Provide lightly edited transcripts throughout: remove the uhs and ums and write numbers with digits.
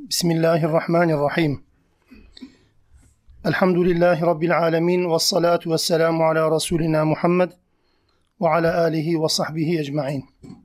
Bismillahirrahmanirrahim. Elhamdülillahi Rabbil alemin. Vessalatu vesselamu ala Resulina Muhammed ve ala alihi ve sahbihi ecma'in.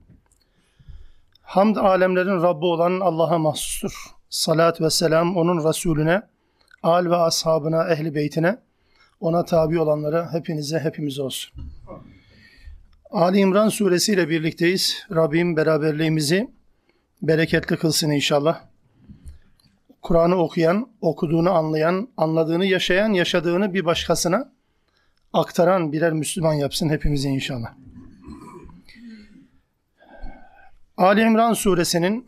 Hamd alemlerin Rabbi olan Allah'a mahsustur. Salat ve selam onun Resulüne, âl ve ashabına, ehli beytine, ona tabi olanlara, hepimize olsun. Ali İmran suresiyle birlikteyiz. Rabbim beraberliğimizi bereketli kılsın inşallah. Kur'an'ı okuyan, okuduğunu anlayan, anladığını yaşayan, yaşadığını bir başkasına aktaran birer Müslüman yapsın hepimizi inşallah. Ali İmran suresinin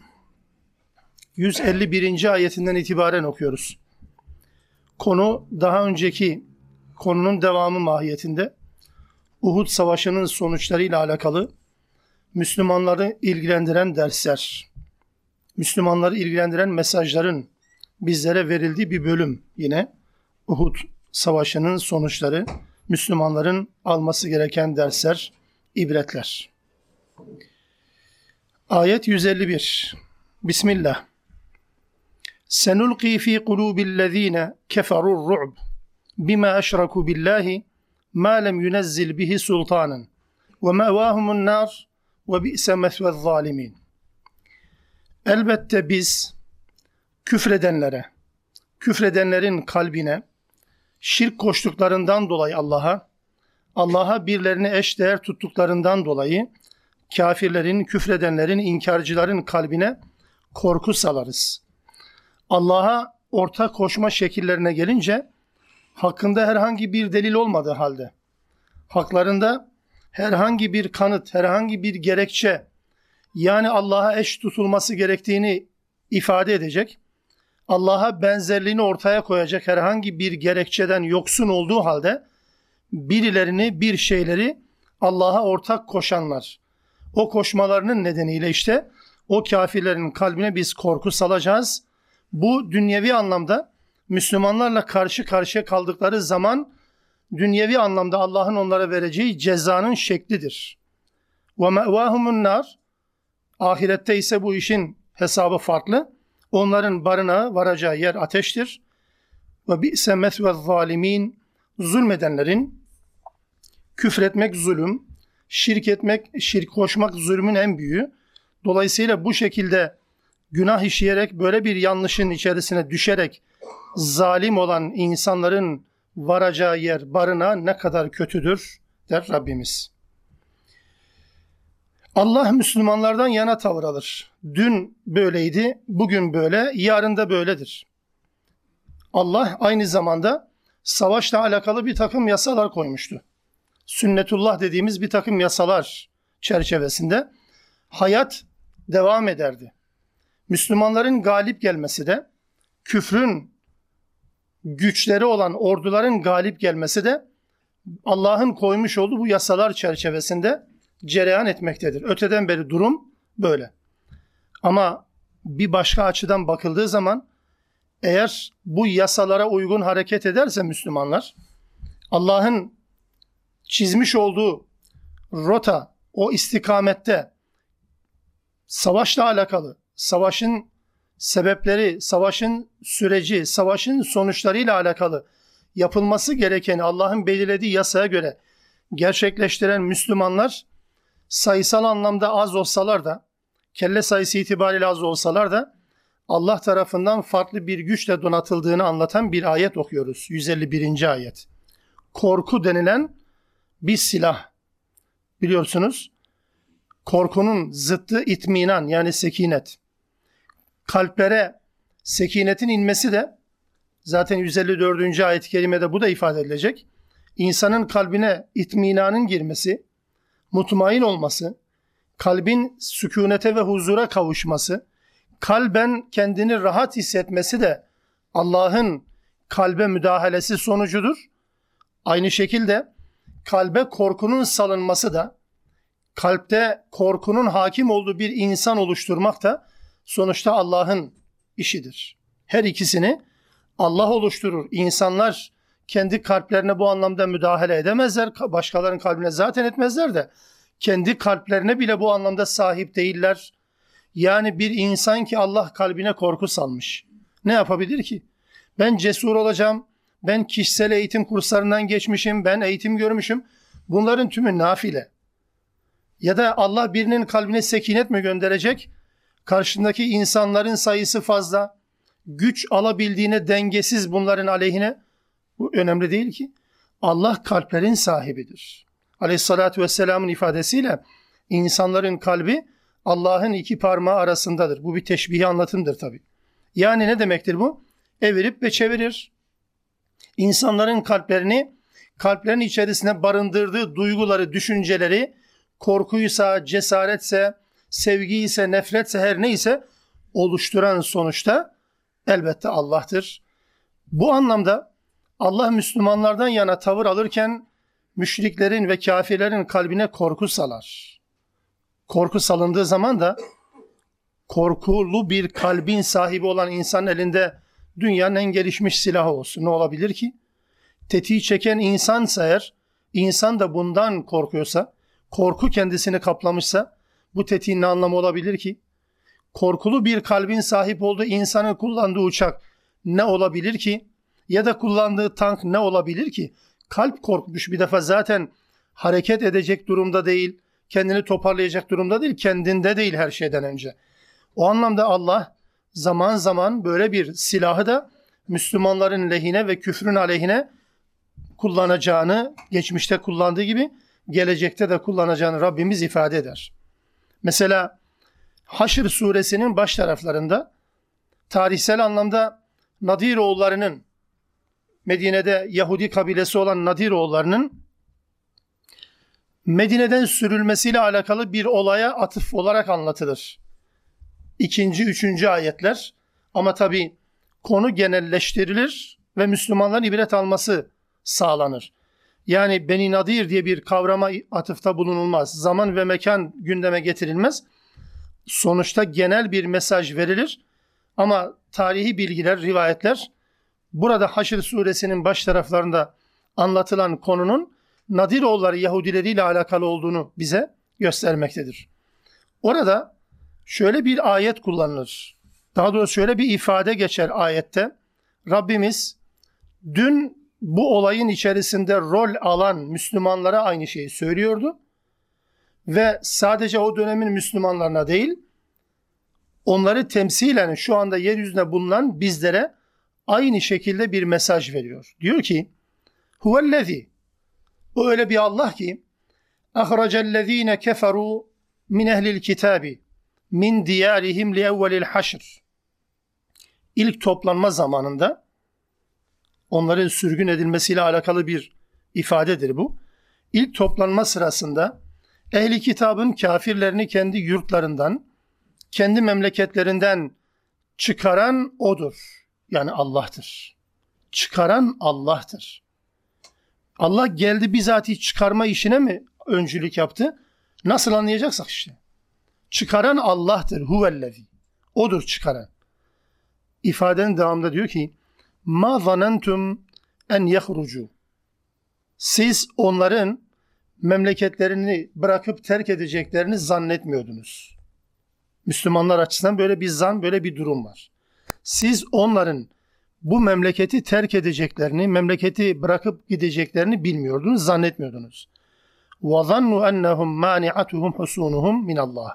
151. ayetinden itibaren okuyoruz. Konu daha önceki konunun devamı mahiyetinde. Uhud Savaşı'nın sonuçlarıyla alakalı Müslümanları ilgilendiren dersler, Müslümanları ilgilendiren mesajların bizlere verildiği bir bölüm yine. Uhud Savaşı'nın sonuçları, Müslümanların alması gereken dersler, ibretler. Ayet 151. Bismillah. Senulqi fi kulubillezine keferur ru'b bima eşraku billahi ma lem yunezzil bihi sultanen ve mevahumun nar ve bi'se mesve'z zalimin. Elbette biz küfredenlerin kalbine şirk koştuklarından dolayı Allah'a birilerini eşdeğer tuttuklarından dolayı kafirlerin, küfredenlerin, inkarcıların kalbine korku salarız. Allah'a ortak koşma şekillerine gelince hakkında herhangi bir delil olmadığı halde, haklarında herhangi bir kanıt, herhangi bir gerekçe, yani Allah'a eş tutulması gerektiğini ifade edecek, Allah'a benzerliğini ortaya koyacak herhangi bir gerekçeden yoksun olduğu halde birilerini, bir şeyleri Allah'a ortak koşanlar, o koşmalarının nedeniyle işte o kafirlerin kalbine biz korku salacağız. Bu dünyevi anlamda Müslümanlarla karşı karşıya kaldıkları zaman dünyevi anlamda Allah'ın onlara vereceği cezanın şeklidir. وَمَأْوَاهُمُ النَّارِ Ahirette ise bu işin hesabı farklı. Onların barınağı, varacağı yer ateştir. وَبِئْسَ مَثْوَ الظَّالِمِينَ Zulmedenlerin, küfretmek zulüm, şirk koşmak zulmün en büyüğü. Dolayısıyla bu şekilde günah işleyerek, böyle bir yanlışın içerisine düşerek zalim olan insanların varacağı yer, barınağı ne kadar kötüdür der Rabbimiz. Allah Müslümanlardan yana tavır alır. Dün böyleydi, bugün böyle, yarın da böyledir. Allah aynı zamanda savaşla alakalı bir takım yasalar koymuştu. Sünnetullah dediğimiz bir takım yasalar çerçevesinde hayat devam ederdi. Müslümanların galip gelmesi de, küfrün güçleri olan orduların galip gelmesi de Allah'ın koymuş olduğu bu yasalar çerçevesinde cereyan etmektedir. Öteden beri durum böyle. Ama bir başka açıdan bakıldığı zaman eğer bu yasalara uygun hareket ederse Müslümanlar, Allah'ın çizmiş olduğu rota, o istikamette savaşla alakalı, savaşın sebepleri, savaşın süreci, savaşın sonuçlarıyla alakalı yapılması gerekeni Allah'ın belirlediği yasaya göre gerçekleştiren Müslümanlar sayısal anlamda az olsalar da, kelle sayısı itibariyle az olsalar da Allah tarafından farklı bir güçle donatıldığını anlatan bir ayet okuyoruz. 151. ayet. Korku denilen bir silah. Biliyorsunuz, korkunun zıttı itminan, yani sekinet. Kalplere sekinetin inmesi de zaten 154. ayet-i kerimede bu da ifade edilecek. İnsanın kalbine itminanın girmesi, mutmain olması, kalbin sükunete ve huzura kavuşması, kalben kendini rahat hissetmesi de Allah'ın kalbe müdahalesi sonucudur. Aynı şekilde kalbe korkunun salınması da, kalpte korkunun hakim olduğu bir insan oluşturmak da sonuçta Allah'ın işidir. Her ikisini Allah oluşturur. İnsanlar kendi kalplerine bu anlamda müdahale edemezler. Başkalarının kalbine zaten etmezler de kendi kalplerine bile bu anlamda sahip değiller. Yani bir insan ki Allah kalbine korku salmış. Ne yapabilir ki? Ben cesur olacağım, ben kişisel eğitim kurslarından geçmişim, ben eğitim görmüşüm. Bunların tümü nafile. Ya da Allah birinin kalbine sekinet mi gönderecek? Karşındaki insanların sayısı fazla, güç alabildiğine dengesiz bunların aleyhine. Bu önemli değil ki. Allah kalplerin sahibidir. Aleyhissalatü vesselamın ifadesiyle insanların kalbi Allah'ın iki parmağı arasındadır. Bu bir teşbihi anlatımdır tabii. Yani ne demektir bu? Evirip ve çevirir. İnsanların kalplerin içerisine barındırdığı duyguları, düşünceleri, korkuysa, cesaretse, sevgiyse, nefretse, her neyse oluşturan sonuçta elbette Allah'tır. Bu anlamda Allah Müslümanlardan yana tavır alırken müşriklerin ve kafirlerin kalbine korku salar. Korku salındığı zaman da korkulu bir kalbin sahibi olan insanın elinde dünyanın en gelişmiş silahı olsun. Ne olabilir ki? Tetiği çeken insansa eğer, insan da bundan korkuyorsa, korku kendisini kaplamışsa bu tetiğin ne anlamı olabilir ki? Korkulu bir kalbin sahip olduğu insanın kullandığı uçak ne olabilir ki? Ya da kullandığı tank ne olabilir ki? Kalp korkmuş bir defa zaten hareket edecek durumda değil, kendini toparlayacak durumda değil, kendinde değil her şeyden önce. O anlamda Allah zaman zaman böyle bir silahı da Müslümanların lehine ve küfrün aleyhine kullanacağını, geçmişte kullandığı gibi gelecekte de kullanacağını Rabbimiz ifade eder. Mesela Haşr suresinin baş taraflarında tarihsel anlamda Nadiroğullarının, Medine'de Yahudi kabilesi olan Nadiroğullarının Medine'den sürülmesiyle alakalı bir olaya atıf olarak anlatılır. 2. 3. ayetler, ama tabii konu genelleştirilir ve Müslümanların ibret alması sağlanır. Yani Beni Nadir diye bir kavrama atıfta bulunulmaz. Zaman ve mekan gündeme getirilmez. Sonuçta genel bir mesaj verilir. Ama tarihi bilgiler, rivayetler burada Haşr suresinin baş taraflarında anlatılan konunun Nadiroğulları Yahudileriyle alakalı olduğunu bize göstermektedir. Orada şöyle bir ayet kullanılır. Daha doğrusu şöyle bir ifade geçer ayette. Rabbimiz dün bu olayın içerisinde rol alan Müslümanlara aynı şeyi söylüyordu. Ve sadece o dönemin Müslümanlarına değil, onları temsilen şu anda yeryüzünde bulunan bizlere aynı şekilde bir mesaj veriyor. Diyor ki, huvellezî, o öyle bir Allah ki, ahracellezîne keferû min ehlil kitâbi min diyarihim li evvelil haşr. İlk toplanma zamanında onların sürgün edilmesiyle alakalı bir ifadedir bu. İlk toplanma sırasında ehli kitabın kafirlerini kendi yurtlarından, kendi memleketlerinden çıkaran odur. Yani Allah'tır. Çıkaran Allah'tır. Allah geldi bizatihi çıkarma işine mi öncülük yaptı? Nasıl anlayacaksak işte. Çıkaran Allah'tır. Huvellezî. Odur çıkaran. İfadenin devamında diyor ki, ma zanentum en yahrucu. Siz onların memleketlerini bırakıp terk edeceklerini zannetmiyordunuz. Müslümanlar açısından böyle bir zan, böyle bir durum var. Siz onların bu memleketi terk edeceklerini, memleketi bırakıp gideceklerini bilmiyordunuz, zannetmiyordunuz. وَظَنُّوا أَنَّهُمْ مَانِعَتُهُمْ حُسُونُهُمْ مِنَ اللّٰهِ.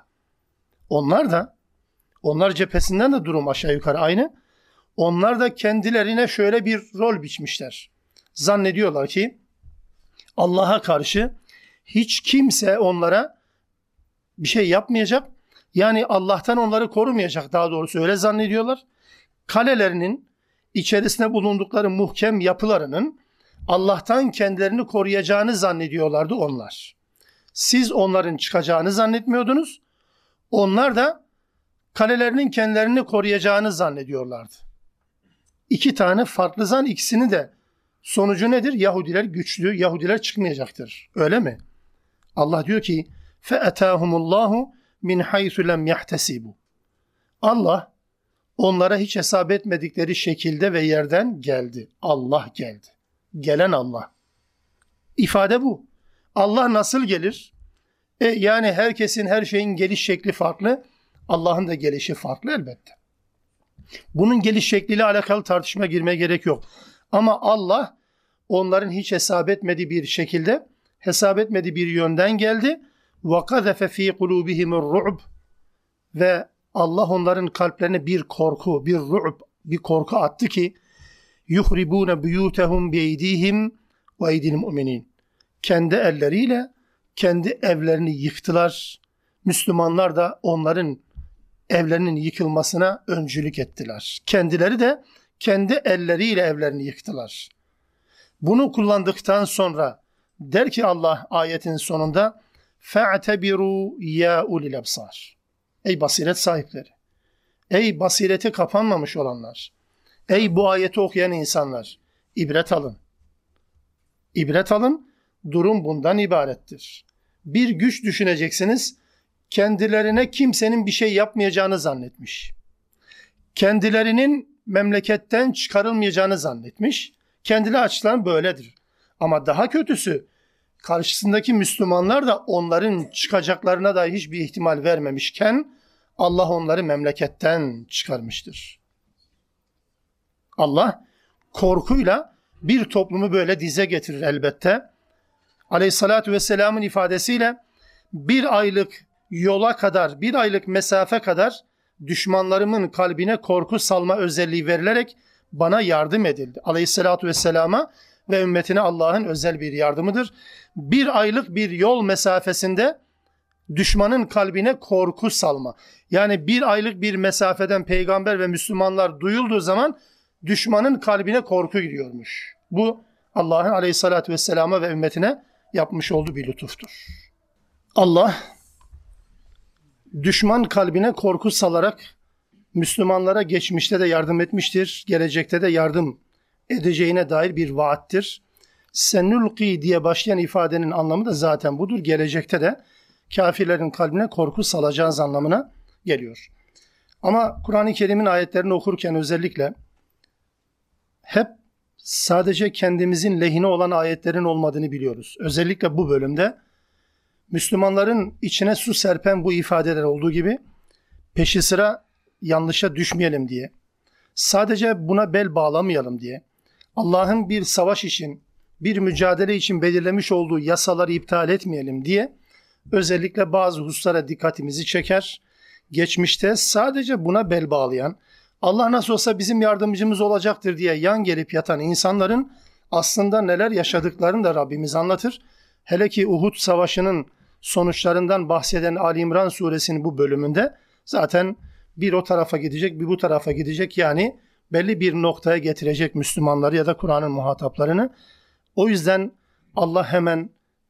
Onlar cephesinden de durum aşağı yukarı aynı. Onlar da kendilerine şöyle bir rol biçmişler. Zannediyorlar ki Allah'a karşı hiç kimse onlara bir şey yapmayacak. Yani Allah'tan onları korumayacak, daha doğrusu öyle zannediyorlar. Kalelerinin içerisinde bulundukları muhkem yapılarının Allah'tan kendilerini koruyacağını zannediyorlardı onlar. Siz onların çıkacağını zannetmiyordunuz. Onlar da kalelerinin kendilerini koruyacağını zannediyorlardı. İki tane farklı zan, ikisini de sonucu nedir? Yahudiler güçlü, Yahudiler çıkmayacaktır. Öyle mi? Allah diyor ki فَاَتَاهُمُ اللّٰهُ مِنْ حَيْثُ لَمْ يَحْتَسِبُوا. Allah onlara hiç hesap etmedikleri şekilde ve yerden geldi. Allah geldi. Gelen Allah. İfade bu. Allah nasıl gelir? Yani herkesin, her şeyin geliş şekli farklı. Allah'ın da gelişi farklı elbette. Bunun geliş şekliyle alakalı tartışma girmeye gerek yok. Ama Allah onların hiç hesap etmediği bir şekilde, hesap etmediği bir yönden geldi. وَقَذَفَ ف۪ي قُلُوبِهِمُ الرُّعْبِ Ve Allah onların kalplerine bir korku, bir ru'b, bir korku attı ki يُخْرِبُونَ بُيُوتَهُمْ بِاَيْد۪يهِمْ وَاَيْدِي الْمُؤْمِنِينَ Kendi elleriyle kendi evlerini yıktılar. Müslümanlar da onların evlerinin yıkılmasına öncülük ettiler. Kendileri de kendi elleriyle evlerini yıktılar. Bunu kullandıktan sonra der ki Allah ayetin sonunda فَاَعْتَبِرُوا يَا اُلِي الْاَبْصَارِ Ey basiret sahipleri, ey basireti kapanmamış olanlar, ey bu ayeti okuyan insanlar, ibret alın. İbret alın, durum bundan ibarettir. Bir güç düşüneceksiniz, kendilerine kimsenin bir şey yapmayacağını zannetmiş. Kendilerinin memleketten çıkarılmayacağını zannetmiş. Kendileri açılan böyledir. Ama daha kötüsü, karşısındaki Müslümanlar da onların çıkacaklarına dair hiçbir ihtimal vermemişken Allah onları memleketten çıkarmıştır. Allah korkuyla bir toplumu böyle dize getirir elbette. Aleyhissalatü vesselamın ifadesiyle bir aylık yola kadar, bir aylık mesafe kadar düşmanlarımın kalbine korku salma özelliği verilerek bana yardım edildi. Aleyhissalatü vesselama ve ümmetine Allah'ın özel bir yardımıdır. Bir aylık bir yol mesafesinde düşmanın kalbine korku salma. Yani bir aylık bir mesafeden peygamber ve Müslümanlar duyulduğu zaman düşmanın kalbine korku gidiyormuş. Bu Allah'ın aleyhissalatü vesselama ve ümmetine yapmış olduğu bir lütuftur. Allah düşman kalbine korku salarak Müslümanlara geçmişte de yardım etmiştir, gelecekte de yardım edeceğine dair bir vaattir. Senulqi diye başlayan ifadenin anlamı da zaten budur. Gelecekte de kafirlerin kalbine korku salacağız anlamına geliyor. Ama Kur'an-ı Kerim'in ayetlerini okurken özellikle hep sadece kendimizin lehine olan ayetlerin olmadığını biliyoruz. Özellikle bu bölümde Müslümanların içine su serpen bu ifadeler olduğu gibi peşi sıra yanlışa düşmeyelim diye, sadece buna bel bağlamayalım diye, Allah'ın bir savaş için, bir mücadele için belirlemiş olduğu yasaları iptal etmeyelim diye özellikle bazı hususlara dikkatimizi çeker. Geçmişte sadece buna bel bağlayan, Allah nasıl olsa bizim yardımcımız olacaktır diye yan gelip yatan insanların aslında neler yaşadıklarını da Rabbimiz anlatır. Hele ki Uhud Savaşı'nın sonuçlarından bahseden Ali İmran suresinin bu bölümünde zaten bir o tarafa gidecek, bir bu tarafa gidecek. Yani belli bir noktaya getirecek Müslümanları ya da Kur'an'ın muhataplarını. O yüzden Allah hemen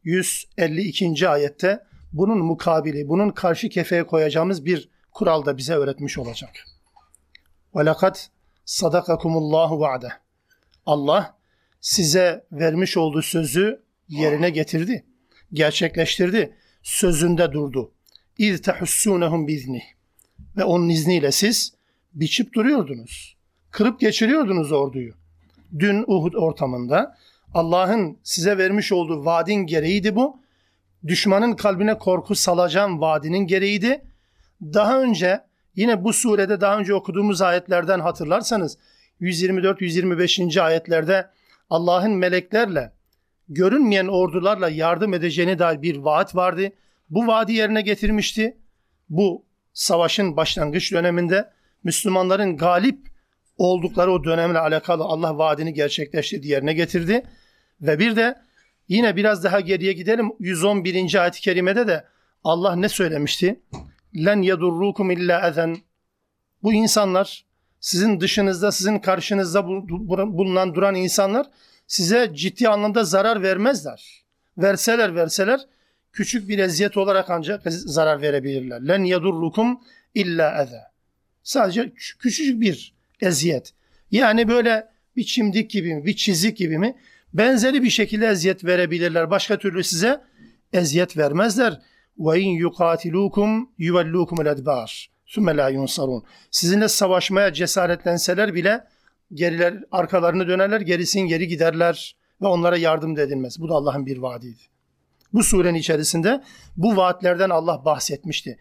152. ayette bunun mukabili, bunun karşı kefeye koyacağımız bir kural da bize öğretmiş olacak. وَلَقَدْ صَدَقَكُمُ اللّٰهُ وَعْدَهُ Allah size vermiş olduğu sözü yerine getirdi, gerçekleştirdi, sözünde durdu. اِذْ تَحُسُّونَهُمْ بِذْنِهِ Ve onun izniyle siz biçip duruyordunuz, kırıp geçiriyordunuz orduyu. Dün Uhud ortamında Allah'ın size vermiş olduğu vaadin gereğiydi bu. Düşmanın kalbine korku salacağım vaadinin gereğiydi. Daha önce yine bu surede daha önce okuduğumuz ayetlerden hatırlarsanız 124-125. ayetlerde Allah'ın meleklerle görünmeyen ordularla yardım edeceğine dair bir vaat vardı. Bu vaadi yerine getirmişti. Bu savaşın başlangıç döneminde Müslümanların galip oldukları o dönemle alakalı Allah vaadini gerçekleştirdi, yerine getirdi. Ve bir de yine biraz daha geriye gidelim. 111. ayet-i kerimede de Allah ne söylemişti? Len yedurrukum illa ezen. Bu insanlar, sizin dışınızda, sizin karşınızda bulunan duran insanlar size ciddi anlamda zarar vermezler. Verseler küçük bir eziyet olarak ancak zarar verebilirler. Len yedurrukum illa eze. Sadece küçücük bir eziyet. Yani böyle bir çimdik gibi mi, bir çizik gibi mi? Benzeri bir şekilde eziyet verebilirler. Başka türlü size eziyet vermezler. وَاِنْ يُقَاتِلُوكُمْ يُوَلُّوكُمُ الْاَدْبَارِ ثُمَّ لَا يُنْصَرُونَ Sizinle savaşmaya cesaretlenseler bile geriler, arkalarını dönerler, gerisin geri giderler ve onlara yardım da edilmez. Bu da Allah'ın bir vaadiydi. Bu surenin içerisinde bu vaatlerden Allah bahsetmişti.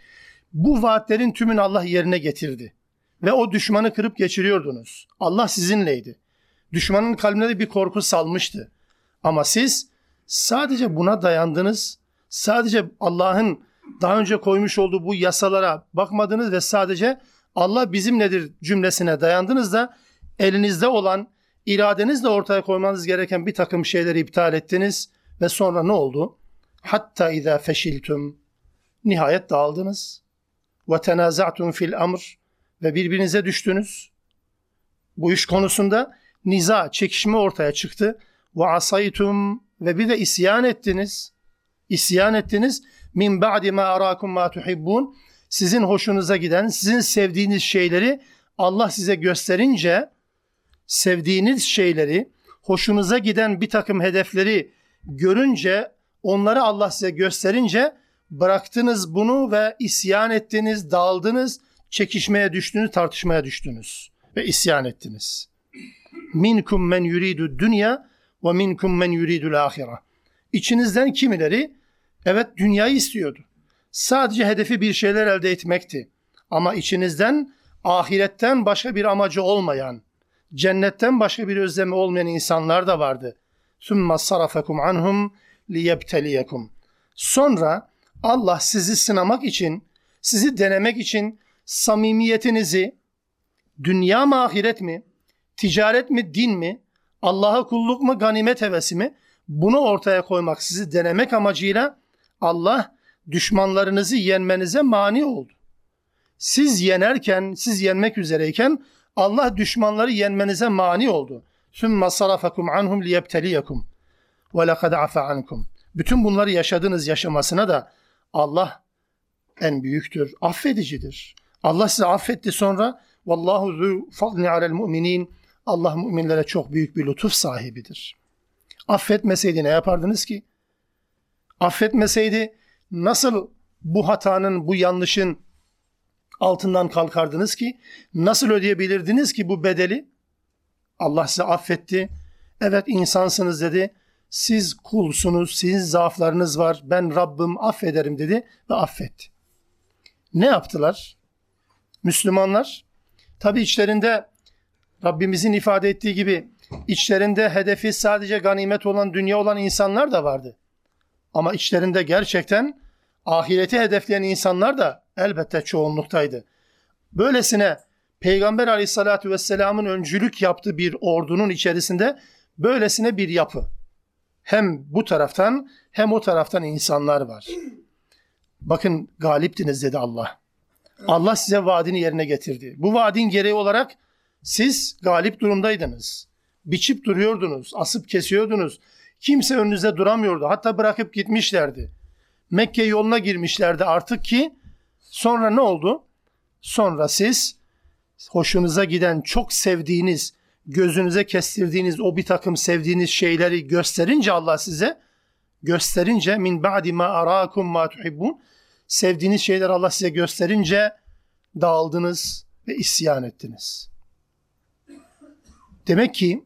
Bu vaatlerin tümünü Allah yerine getirdi. Ve o düşmanı kırıp geçiriyordunuz. Allah sizinleydi. Düşmanın kalbine de bir korku salmıştı. Ama siz sadece buna dayandınız. Sadece Allah'ın daha önce koymuş olduğu bu yasalara bakmadınız ve sadece Allah bizimledir cümlesine dayandınız da elinizde olan, iradenizle ortaya koymanız gereken bir takım şeyleri iptal ettiniz ve sonra ne oldu? Hatta izâ feşiltum, nihayet dağıldınız. Ve tenaza'tum fil amr, ve birbirinize düştünüz. Bu iş konusunda niza, çekişme ortaya çıktı. Ve asaytum, ve bir de isyan ettiniz. İsyan ettiniz. Min ba'di ma arakum ma tuhibbun. Sizin hoşunuza giden, sizin sevdiğiniz şeyleri Allah size gösterince, sevdiğiniz şeyleri, hoşunuza giden bir takım hedefleri görünce, onları Allah size gösterince bıraktınız bunu ve isyan ettiniz, dağıldınız, çekişmeye düştünüz, tartışmaya düştünüz ve isyan ettiniz. Minkum men yuridu dünya ve minkum men yuridul ahire. İçinizden kimileri evet dünyayı istiyordu. Sadece hedefi bir şeyler elde etmekti. Ama içinizden ahiretten başka bir amacı olmayan, cennetten başka bir özlemi olmayan insanlar da vardı. ثُمَّ صَرَفَكُمْ عَنْهُمْ لِيَبْتَلِيَكُمْ. Sonra Allah sizi sınamak için, sizi denemek için samimiyetinizi, dünya mı ahiret mi, ticaret mi din mi, Allah'a kulluk mu ganimet hevesi mi, bunu ortaya koymak, sizi denemek amacıyla Allah düşmanlarınızı yenmenize mani oldu. Siz yenerken, siz yenmek üzereyken Allah düşmanları yenmenize mani oldu. ثُمَّ صَرَفَكُمْ عَنْهُمْ لِيَبْتَلِيَكُمْ وَلَقَدْ عَفَى عَنْكُمْ. Bütün bunları yaşadığınız yaşamasına da Allah en büyüktür, affedicidir. Allah size affetti sonra. Vallahu zu fadli alel mu'minin. Allah müminlere çok büyük bir lütuf sahibidir. Affetmeseydi ne yapardınız ki? Affetmeseydi nasıl bu hatanın, bu yanlışın altından kalkardınız ki? Nasıl ödeyebilirdiniz ki bu bedeli? Allah size affetti. Evet insansınız dedi. Siz kulsunuz, sizin zaaflarınız var. Ben Rabbim affederim dedi ve affetti. Ne yaptılar? Müslümanlar tabi içlerinde Rabbimizin ifade ettiği gibi içlerinde hedefi sadece ganimet olan, dünya olan insanlar da vardı. Ama içlerinde gerçekten ahireti hedefleyen insanlar da elbette çoğunluktaydı. Böylesine Peygamber Aleyhisselatü Vesselam'ın öncülük yaptığı bir ordunun içerisinde böylesine bir yapı. Hem bu taraftan hem o taraftan insanlar var. Bakın galiptiniz dedi Allah. Allah size vaadini yerine getirdi. Bu vaadin gereği olarak siz galip durumdaydınız. Biçip duruyordunuz, asıp kesiyordunuz. Kimse önünüzde duramıyordu. Hatta bırakıp gitmişlerdi. Mekke yoluna girmişlerdi artık ki sonra ne oldu? Sonra siz hoşunuza giden, çok sevdiğiniz, gözünüze kestirdiğiniz o bir takım sevdiğiniz şeyleri gösterince Allah size, gösterince min ba'di ma arakum ma tuhibbun, sevdiğiniz şeyler Allah size gösterince dağıldınız ve isyan ettiniz. Demek ki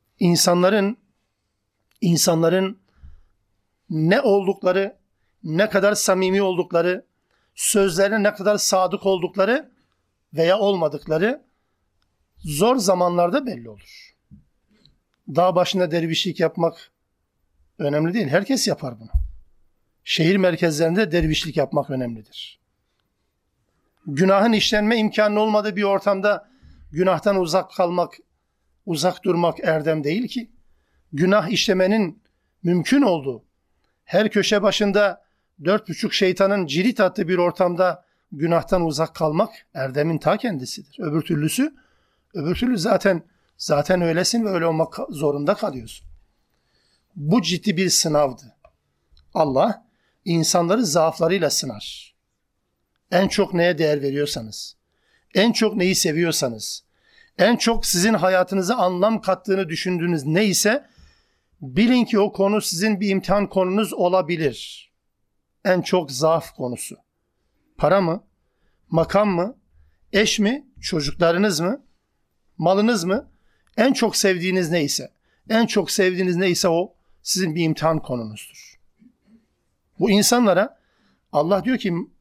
insanların ne oldukları, ne kadar samimi oldukları, sözlerine ne kadar sadık oldukları veya olmadıkları zor zamanlarda belli olur. Dağ başında dervişlik yapmak önemli değil. Herkes yapar bunu. Şehir merkezlerinde dervişlik yapmak önemlidir. Günahın işlenme imkanı olmadığı bir ortamda günahtan uzak kalmak, uzak durmak erdem değil ki. Günah işlemenin mümkün olduğu, her köşe başında 4,5 şeytanın cirit attığı bir ortamda günahtan uzak kalmak erdemin ta kendisidir. Öbür türlü zaten öylesin ve öyle olmak zorunda kalıyorsun. Bu ciddi bir sınavdı. Allah insanları zaaflarıyla sınar. En çok neye değer veriyorsanız, en çok neyi seviyorsanız, en çok sizin hayatınıza anlam kattığını düşündüğünüz neyse bilin ki o konu sizin bir imtihan konunuz olabilir. En çok zaaf konusu. Para mı? Makam mı? Eş mi? Çocuklarınız mı? Malınız mı? En çok sevdiğiniz neyse o sizin bir imtihan konunuzdur. Bu insanlara Allah diyor ki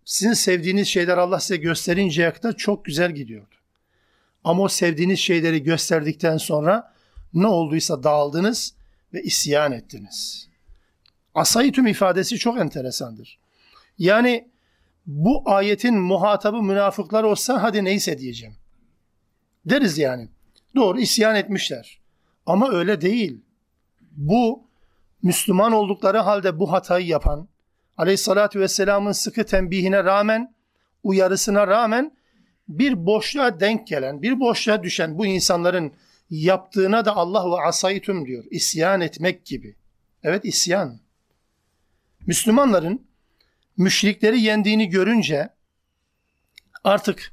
Sizin sevdiğiniz şeyler Allah size gösterinceye kadar çok güzel gidiyordu. Ama o sevdiğiniz şeyleri gösterdikten sonra ne olduysa dağıldınız ve isyan ettiniz. Asayitüm ifadesi çok enteresandır. Yani bu ayetin muhatabı münafıklar olsa hadi neyse diyeceğim. Deriz yani. Doğru, isyan etmişler. Ama öyle değil. Bu Müslüman oldukları halde bu hatayı yapan, Aleyhissalatü Vesselam'ın sıkı tembihine rağmen, uyarısına rağmen bir boşluğa denk gelen, bir boşluğa düşen bu insanların yaptığına da Allah ve asaytüm diyor. İsyan etmek gibi. Evet, isyan. Müslümanların müşrikleri yendiğini görünce artık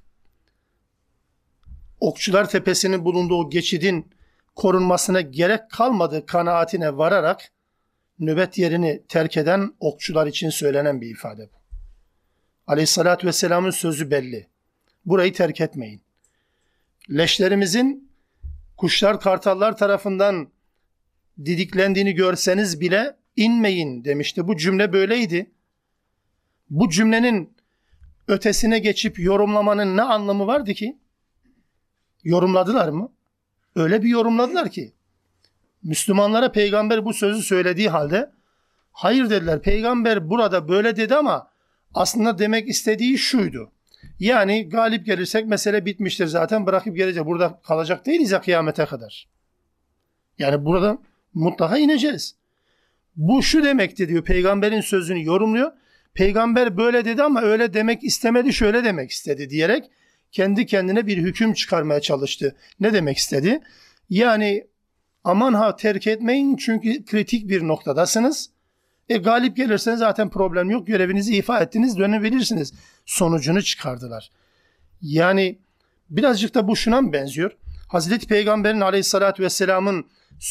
Okçular Tepesi'nin bulunduğu o geçidin korunmasına gerek kalmadığı kanaatine vararak nöbet yerini terk eden okçular için söylenen bir ifade bu. Aleyhissalatü Vesselam'ın sözü belli. Burayı terk etmeyin. Leşlerimizin kuşlar, kartallar tarafından didiklendiğini görseniz bile inmeyin demişti. Bu cümle böyleydi. Bu cümlenin ötesine geçip yorumlamanın ne anlamı vardı ki? Yorumladılar mı? Öyle bir yorumladılar ki Müslümanlara peygamber bu sözü söylediği halde hayır dediler. Peygamber burada böyle dedi ama aslında demek istediği şuydu. Yani galip gelirsek mesele bitmiştir zaten, bırakıp gelecek. Burada kalacak değiliz ya kıyamete kadar. Yani burada mutlaka ineceğiz. Bu şu demekti diyor. Peygamberin sözünü yorumluyor. Peygamber böyle dedi ama öyle demek istemedi, şöyle demek istedi diyerek kendi kendine bir hüküm çıkarmaya çalıştı. Ne demek istedi? Yani aman ha terk etmeyin çünkü kritik bir noktadasınız. Galip gelirseniz zaten problem yok. Görevinizi ifa ettiniz, dönebilirsiniz. Sonucunu çıkardılar. Yani birazcık da bu şuna mı benziyor? Hazreti Peygamber'in Aleyhisselatü Vesselam'ın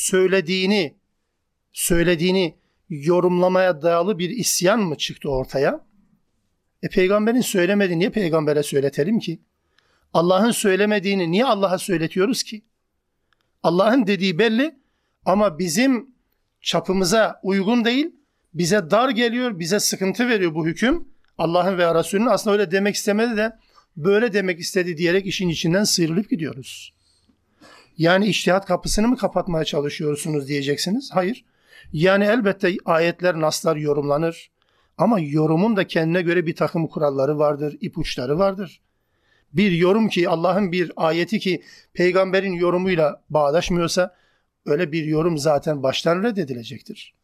söylediğini yorumlamaya dayalı bir isyan mı çıktı ortaya? Peygamberin söylemediğini niye peygambere söyletelim ki? Allah'ın söylemediğini niye Allah'a söyletiyoruz ki? Allah'ın dediği belli ama bizim çapımıza uygun değil, bize dar geliyor, bize sıkıntı veriyor bu hüküm. Allah'ın ve Resulünün aslında öyle demek istemedi de böyle demek istedi diyerek işin içinden sıyrılıp gidiyoruz. Yani içtihat kapısını mı kapatmaya çalışıyorsunuz diyeceksiniz? Hayır. Yani elbette ayetler, naslar yorumlanır ama yorumun da kendine göre bir takım kuralları vardır, ipuçları vardır. Bir yorum ki Allah'ın bir ayeti ki peygamberin yorumuyla bağdaşmıyorsa öyle bir yorum zaten baştan reddedilecektir.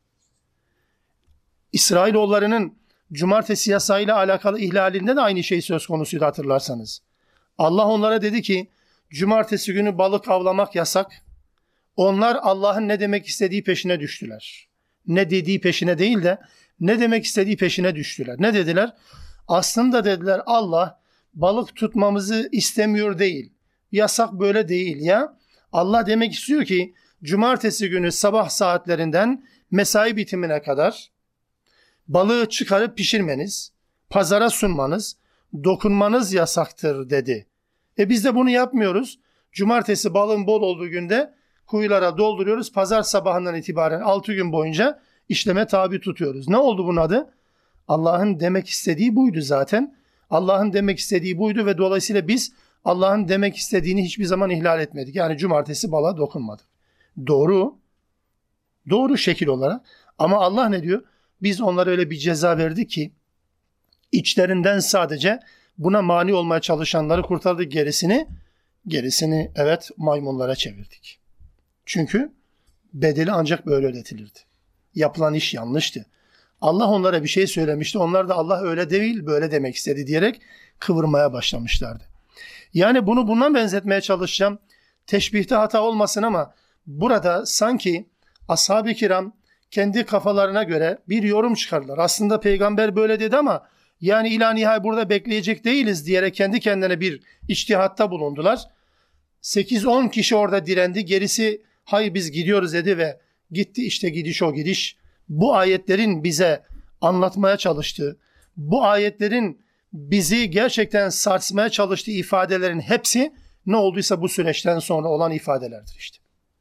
İsrailoğullarının cumartesi yasağıyla alakalı ihlalinde de aynı şey söz konusuydu hatırlarsanız. Allah onlara dedi ki cumartesi günü balık avlamak yasak. Onlar Allah'ın ne demek istediği peşine düştüler. Ne dediği peşine değil de ne demek istediği peşine düştüler. Ne dediler? Aslında dediler Allah balık tutmamızı istemiyor değil. Yasak böyle değil ya. Allah demek istiyor ki cumartesi günü sabah saatlerinden mesai bitimine kadar balığı çıkarıp pişirmeniz, pazara sunmanız, dokunmanız yasaktır dedi. Biz de bunu yapmıyoruz. Cumartesi balığın bol olduğu günde kuyulara dolduruyoruz. Pazar sabahından itibaren 6 gün boyunca işleme tabi tutuyoruz. Ne oldu bunun adı? Allah'ın demek istediği buydu zaten. Allah'ın demek istediği buydu ve dolayısıyla biz Allah'ın demek istediğini hiçbir zaman ihlal etmedik. Yani cumartesi balığa dokunmadık. Doğru. Doğru şekil olarak. Ama Allah ne diyor? Biz onlara öyle bir ceza verdik ki içlerinden sadece buna mani olmaya çalışanları kurtardık, gerisini evet maymunlara çevirdik. Çünkü bedeli ancak böyle ödetilirdi. Yapılan iş yanlıştı. Allah onlara bir şey söylemişti. Onlar da Allah öyle değil böyle demek istedi diyerek kıvırmaya başlamışlardı. Yani bunu bundan benzetmeye çalışacağım. Teşbihte hata olmasın ama burada sanki ashab-ı kiram kendi kafalarına göre bir yorum çıkardılar. Aslında peygamber böyle dedi ama yani ila nihai burada bekleyecek değiliz diyerek kendi kendine bir içtihatta bulundular. 8-10 kişi orada direndi. Gerisi hayır biz gidiyoruz dedi ve gitti işte gidiş o gidiş. Bu ayetlerin bize anlatmaya çalıştığı, bu ayetlerin bizi gerçekten sarsmaya çalıştığı ifadelerin hepsi ne olduysa bu süreçten sonra olan ifadelerdir işte.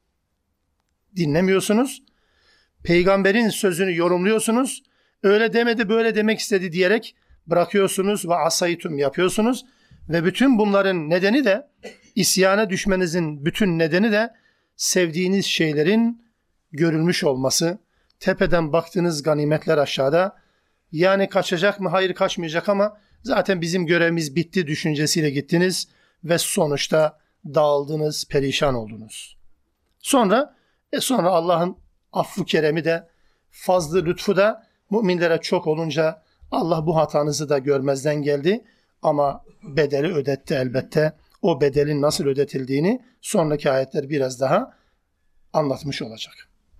Dinlemiyorsunuz. Peygamberin sözünü yorumluyorsunuz. Öyle demedi böyle demek istedi diyerek bırakıyorsunuz ve asaytum yapıyorsunuz ve bütün bunların nedeni de isyana düşmenizin bütün nedeni de sevdiğiniz şeylerin görülmüş olması. Tepeden baktığınız ganimetler aşağıda. Yani kaçacak mı? Hayır, kaçmayacak ama zaten bizim görevimiz bitti düşüncesiyle gittiniz ve sonuçta dağıldınız, perişan oldunuz. Sonra Allah'ın affı keremi de fazlı lütfu da müminlere çok olunca Allah bu hatanızı da görmezden geldi ama bedeli ödetti elbette. O bedelin nasıl ödetildiğini sonraki ayetler biraz daha anlatmış olacak.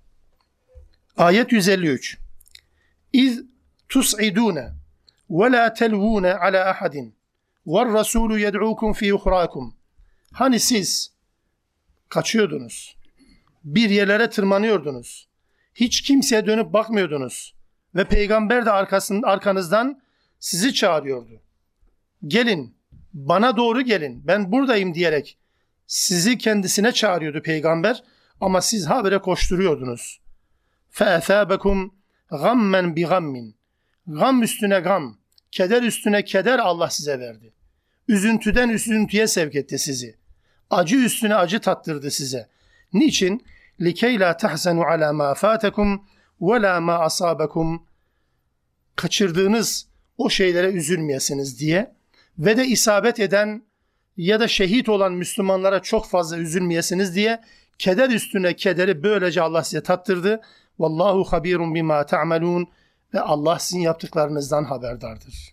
Ayet 153. İz tus'idûne ve la telvûne ala ahadin ve'r-rasûlü yed'ûkum fî uhrâkum. Hani siz kaçıyordunuz, bir yerlere tırmanıyordunuz, hiç kimseye dönüp bakmıyordunuz ve peygamber de arkanızdan sizi çağırıyordu. Gelin, bana doğru gelin, ben buradayım diyerek sizi kendisine çağırıyordu peygamber ama siz habire koşturuyordunuz. فَاَثَابَكُمْ غَمَّنْ بِغَمِّنْ. Gam üstüne gam, keder üstüne keder Allah size verdi. Üzüntüden üzüntüye sevk etti sizi. Acı üstüne acı tattırdı size. Niçin? لِكَيْ لَا تَحْزَنُوا عَلَى مَا فَاتَكُمْ وَلَا مَا أَصَابَكُمْ. Kaçırdığınız o şeylere üzülmeyesiniz diye ve de isabet eden ya da şehit olan Müslümanlara çok fazla üzülmeyesiniz diye keder üstüne kederi böylece Allah size tattırdı. Vallahu habirun bima ta'malun ve Allah sizin yaptıklarınızdan haberdardır.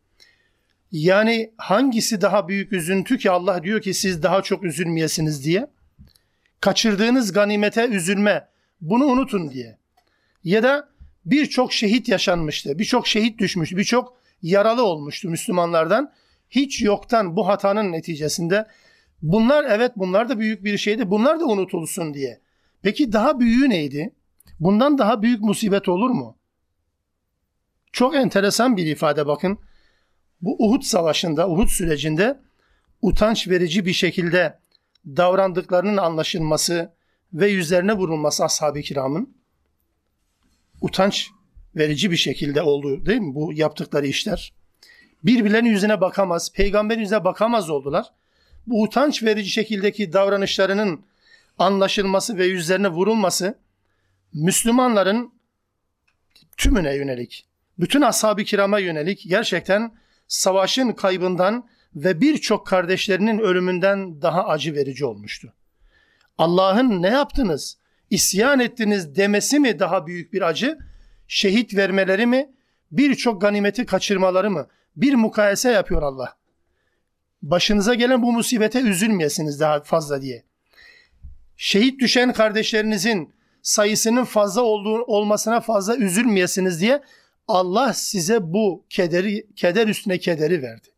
Yani hangisi daha büyük üzüntü ki Allah diyor ki siz daha çok üzülmeyesiniz diye? Kaçırdığınız ganimete üzülme, bunu unutun diye. Ya da birçok şehit yaşanmıştı, birçok şehit düşmüştü, birçok yaralı olmuştu Müslümanlardan. Hiç yoktan bu hatanın neticesinde bunlar da büyük bir şeydi, bunlar da unutulsun diye. Peki daha büyüğü neydi? Bundan daha büyük musibet olur mu? Çok enteresan bir ifade bakın. Bu Uhud savaşında, Uhud sürecinde utanç verici bir şekilde davrandıklarının anlaşılması ve yüzlerine vurulması ashab-ı kiramın utanç verici bir şekilde oldu değil mi bu yaptıkları işler? Birbirlerinin yüzüne bakamaz, peygamberin yüzüne bakamaz oldular. Bu utanç verici şekildeki davranışlarının anlaşılması ve yüzlerine vurulması Müslümanların tümüne yönelik, bütün ashab-ı kirama yönelik gerçekten savaşın kaybından ve birçok kardeşlerinin ölümünden daha acı verici olmuştu. Allah'ın ne yaptınız, isyan ettiniz demesi mi daha büyük bir acı, şehit vermeleri mi, birçok ganimeti kaçırmaları mı? Bir mukayese yapıyor Allah. Başınıza gelen bu musibete üzülmeyesiniz daha fazla diye. Şehit düşen kardeşlerinizin sayısının fazla olmasına fazla üzülmeyesiniz diye Allah size bu keder üstüne kederi verdi.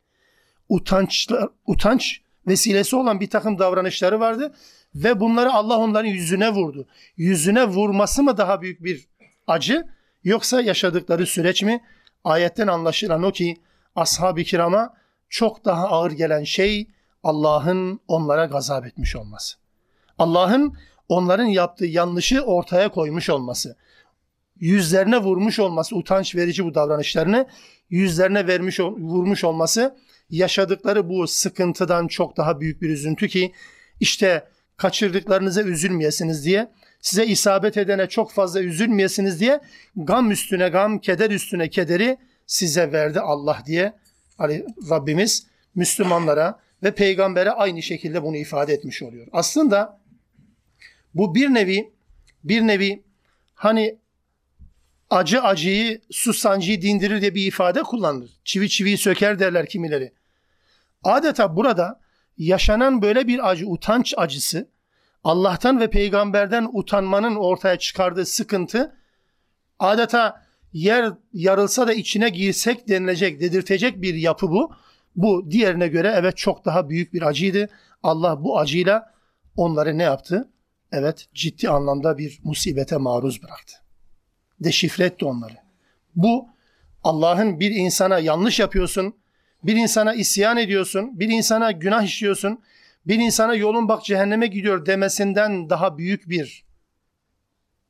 Utanç vesilesi olan bir takım davranışları vardı ve bunları Allah onların yüzüne vurdu. Yüzüne vurması mı daha büyük bir acı yoksa yaşadıkları süreç mi? Ayetten anlaşılan o ki ashab-ı kirama çok daha ağır gelen şey Allah'ın onlara gazap etmiş olması. Allah'ın onların yaptığı yanlışı ortaya koymuş olması. Yüzlerine vurmuş olması, utanç verici bu davranışlarını yüzlerine vurmuş olması yaşadıkları bu sıkıntıdan çok daha büyük bir üzüntü ki işte kaçırdıklarınıza üzülmeyesiniz diye, size isabet edene çok fazla üzülmeyesiniz diye gam üstüne gam, keder üstüne kederi size verdi Allah diye Rabbimiz Müslümanlara ve peygambere aynı şekilde bunu ifade etmiş oluyor. Aslında bu bir nevi hani acı acıyı, su sancıyı dindirir diye bir ifade kullanılır. Çivi çiviyi söker derler kimileri. Adeta burada yaşanan böyle bir acı, utanç acısı, Allah'tan ve peygamberden utanmanın ortaya çıkardığı sıkıntı, adeta yer yarılsa da içine girsek denilecek, dedirtecek bir yapı bu. Bu diğerine göre evet çok daha büyük bir acıydı. Allah bu acıyla onları ne yaptı? Evet, ciddi anlamda bir musibete maruz bıraktı. Deşifre etti onları. Bu Allah'ın bir insana yanlış yapıyorsun, bir insana isyan ediyorsun, bir insana günah işliyorsun, bir insana yolun bak cehenneme gidiyor demesinden daha büyük bir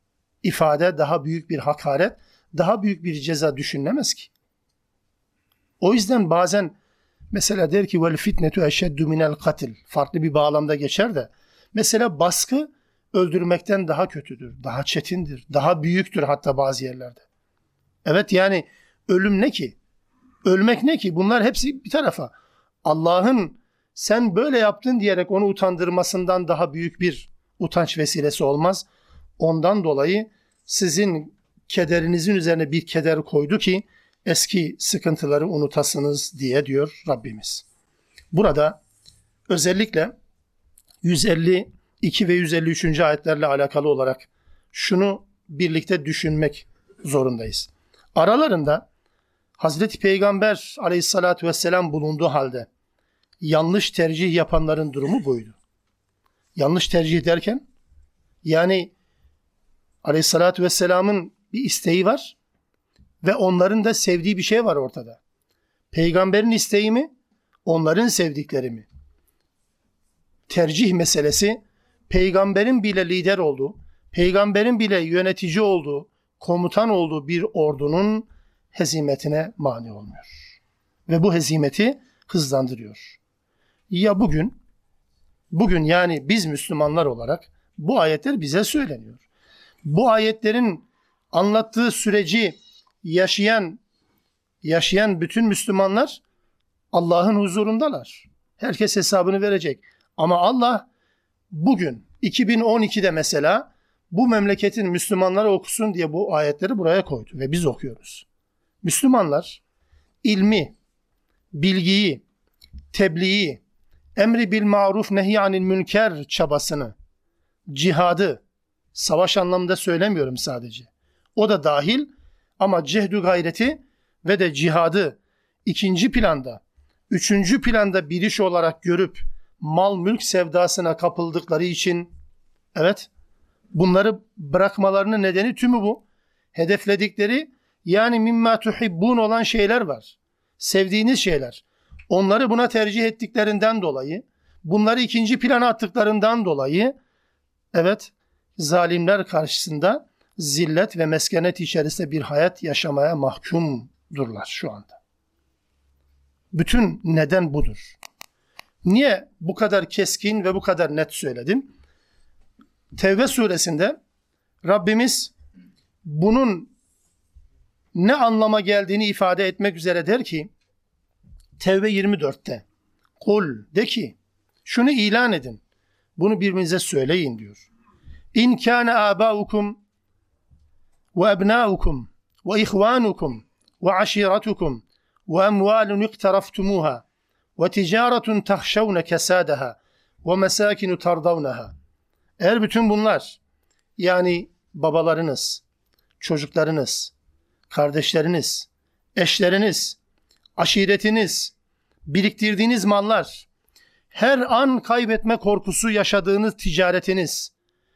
ifade, daha büyük bir hakaret, daha büyük bir ceza düşünülemez ki. O yüzden bazen mesela der ki vel fitnetu eşeddu minel katil. Farklı bir bağlamda geçer de. Mesela baskı öldürmekten daha kötüdür, daha çetindir, daha büyüktür hatta bazı yerlerde. Evet yani ölüm ne ki? Ölmek ne ki? Bunlar hepsi bir tarafa. Allah'ın sen böyle yaptın diyerek onu utandırmasından daha büyük bir utanç vesilesi olmaz. Ondan dolayı sizin kederinizin üzerine bir keder koydu ki eski sıkıntıları unutasınız diye diyor Rabbimiz. Burada özellikle 152 ve 153. ayetlerle alakalı olarak şunu birlikte düşünmek zorundayız. Aralarında Hazreti Peygamber aleyhissalatü vesselam bulunduğu halde yanlış tercih yapanların durumu buydu. Yanlış tercih derken yani aleyhissalatü vesselamın bir isteği var ve onların da sevdiği bir şey var ortada. Peygamberin isteği mi? Onların sevdikleri mi? Tercih meselesi peygamberin bile lider olduğu, peygamberin bile yönetici olduğu, komutan olduğu bir ordunun hezimetine mani olmuyor. Ve bu hezimeti hızlandırıyor. Ya bugün yani biz Müslümanlar olarak bu ayetler bize söyleniyor. Bu ayetlerin anlattığı süreci yaşayan bütün Müslümanlar Allah'ın huzurundalar. Herkes hesabını verecek. Ama Allah bugün 2012'de mesela bu memleketin Müslümanları okusun diye bu ayetleri buraya koydu ve biz okuyoruz. Müslümanlar ilmi, bilgiyi, tebliği, emri bil maruf nehy anil münker çabasını, cihadı, savaş anlamında söylemiyorum sadece. O da dahil ama cehdü gayreti ve de cihadı ikinci planda, üçüncü planda bir iş olarak görüp mal mülk sevdasına kapıldıkları için evet bunları bırakmalarının nedeni tümü bu. Hedefledikleri yani mimma tuhibbun olan şeyler var. Sevdiğiniz şeyler. Onları buna tercih ettiklerinden dolayı, bunları ikinci plana attıklarından dolayı evet zalimler karşısında zillet ve meskenet içerisinde bir hayat yaşamaya mahkumdurlar şu anda. Bütün neden budur. Niye bu kadar keskin ve bu kadar net söyledim? Tevbe suresinde Rabbimiz bunun ne anlama geldiğini ifade etmek üzere der ki Tevbe 24'te kul de ki şunu ilan edin. Bunu birbirinize söyleyin diyor. İn kâne âbâukum ve ebnâukum ve ihvânukum ve aşîratukum ve emvâlun iktaraftumuha ve ticaretun tahşavne kesâdeha ve mesâkinu tardavneha. Eğer bütün bunlar yani babalarınız, çocuklarınız, kardeşleriniz, eşleriniz, aşiretiniz, biriktirdiğiniz mallar, her an kaybetme korkusu yaşadığınız ticaretiniz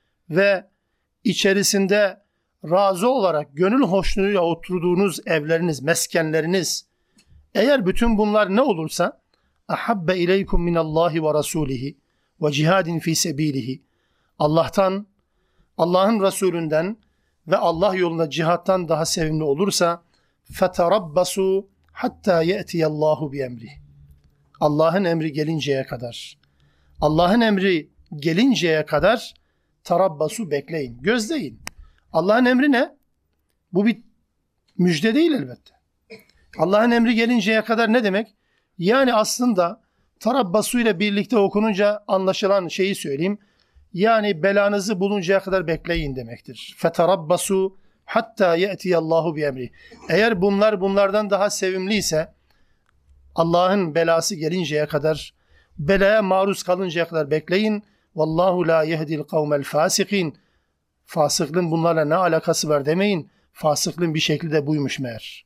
ve içerisinde razı olarak gönül hoşluğuyla oturduğunuz evleriniz, meskenleriniz, eğer bütün bunlar ne olursa ahabbe ileykum minallahi ve rasulihi ve cihadin fi sebilihi Allah'tan, Allah'ın Resulünden ve Allah yolunda cihattan daha sevimli olursa feterabbasu hatta ye'tiyallahu bi emri. Allah'ın emri gelinceye kadar. Allah'ın emri gelinceye kadar tarabbasu bekleyin, gözleyin. Allah'ın emri ne? Bu bir müjde değil elbette. Allah'ın emri gelinceye kadar ne demek? Yani aslında tarabbasu ile birlikte okununca anlaşılan şeyi söyleyeyim. Yani belanızı buluncaya kadar bekleyin demektir. Fetarabbasu hatta ye'tiyallahu bi emri. Eğer bunlardan daha sevimliyse Allah'ın belası gelinceye kadar, belaya maruz kalıncaya kadar bekleyin. Vallahu la yehdil kavmel fasikin. Fasıklığın bunlarla ne alakası var demeyin. Fasıklığın bir şekilde buymuş meğer.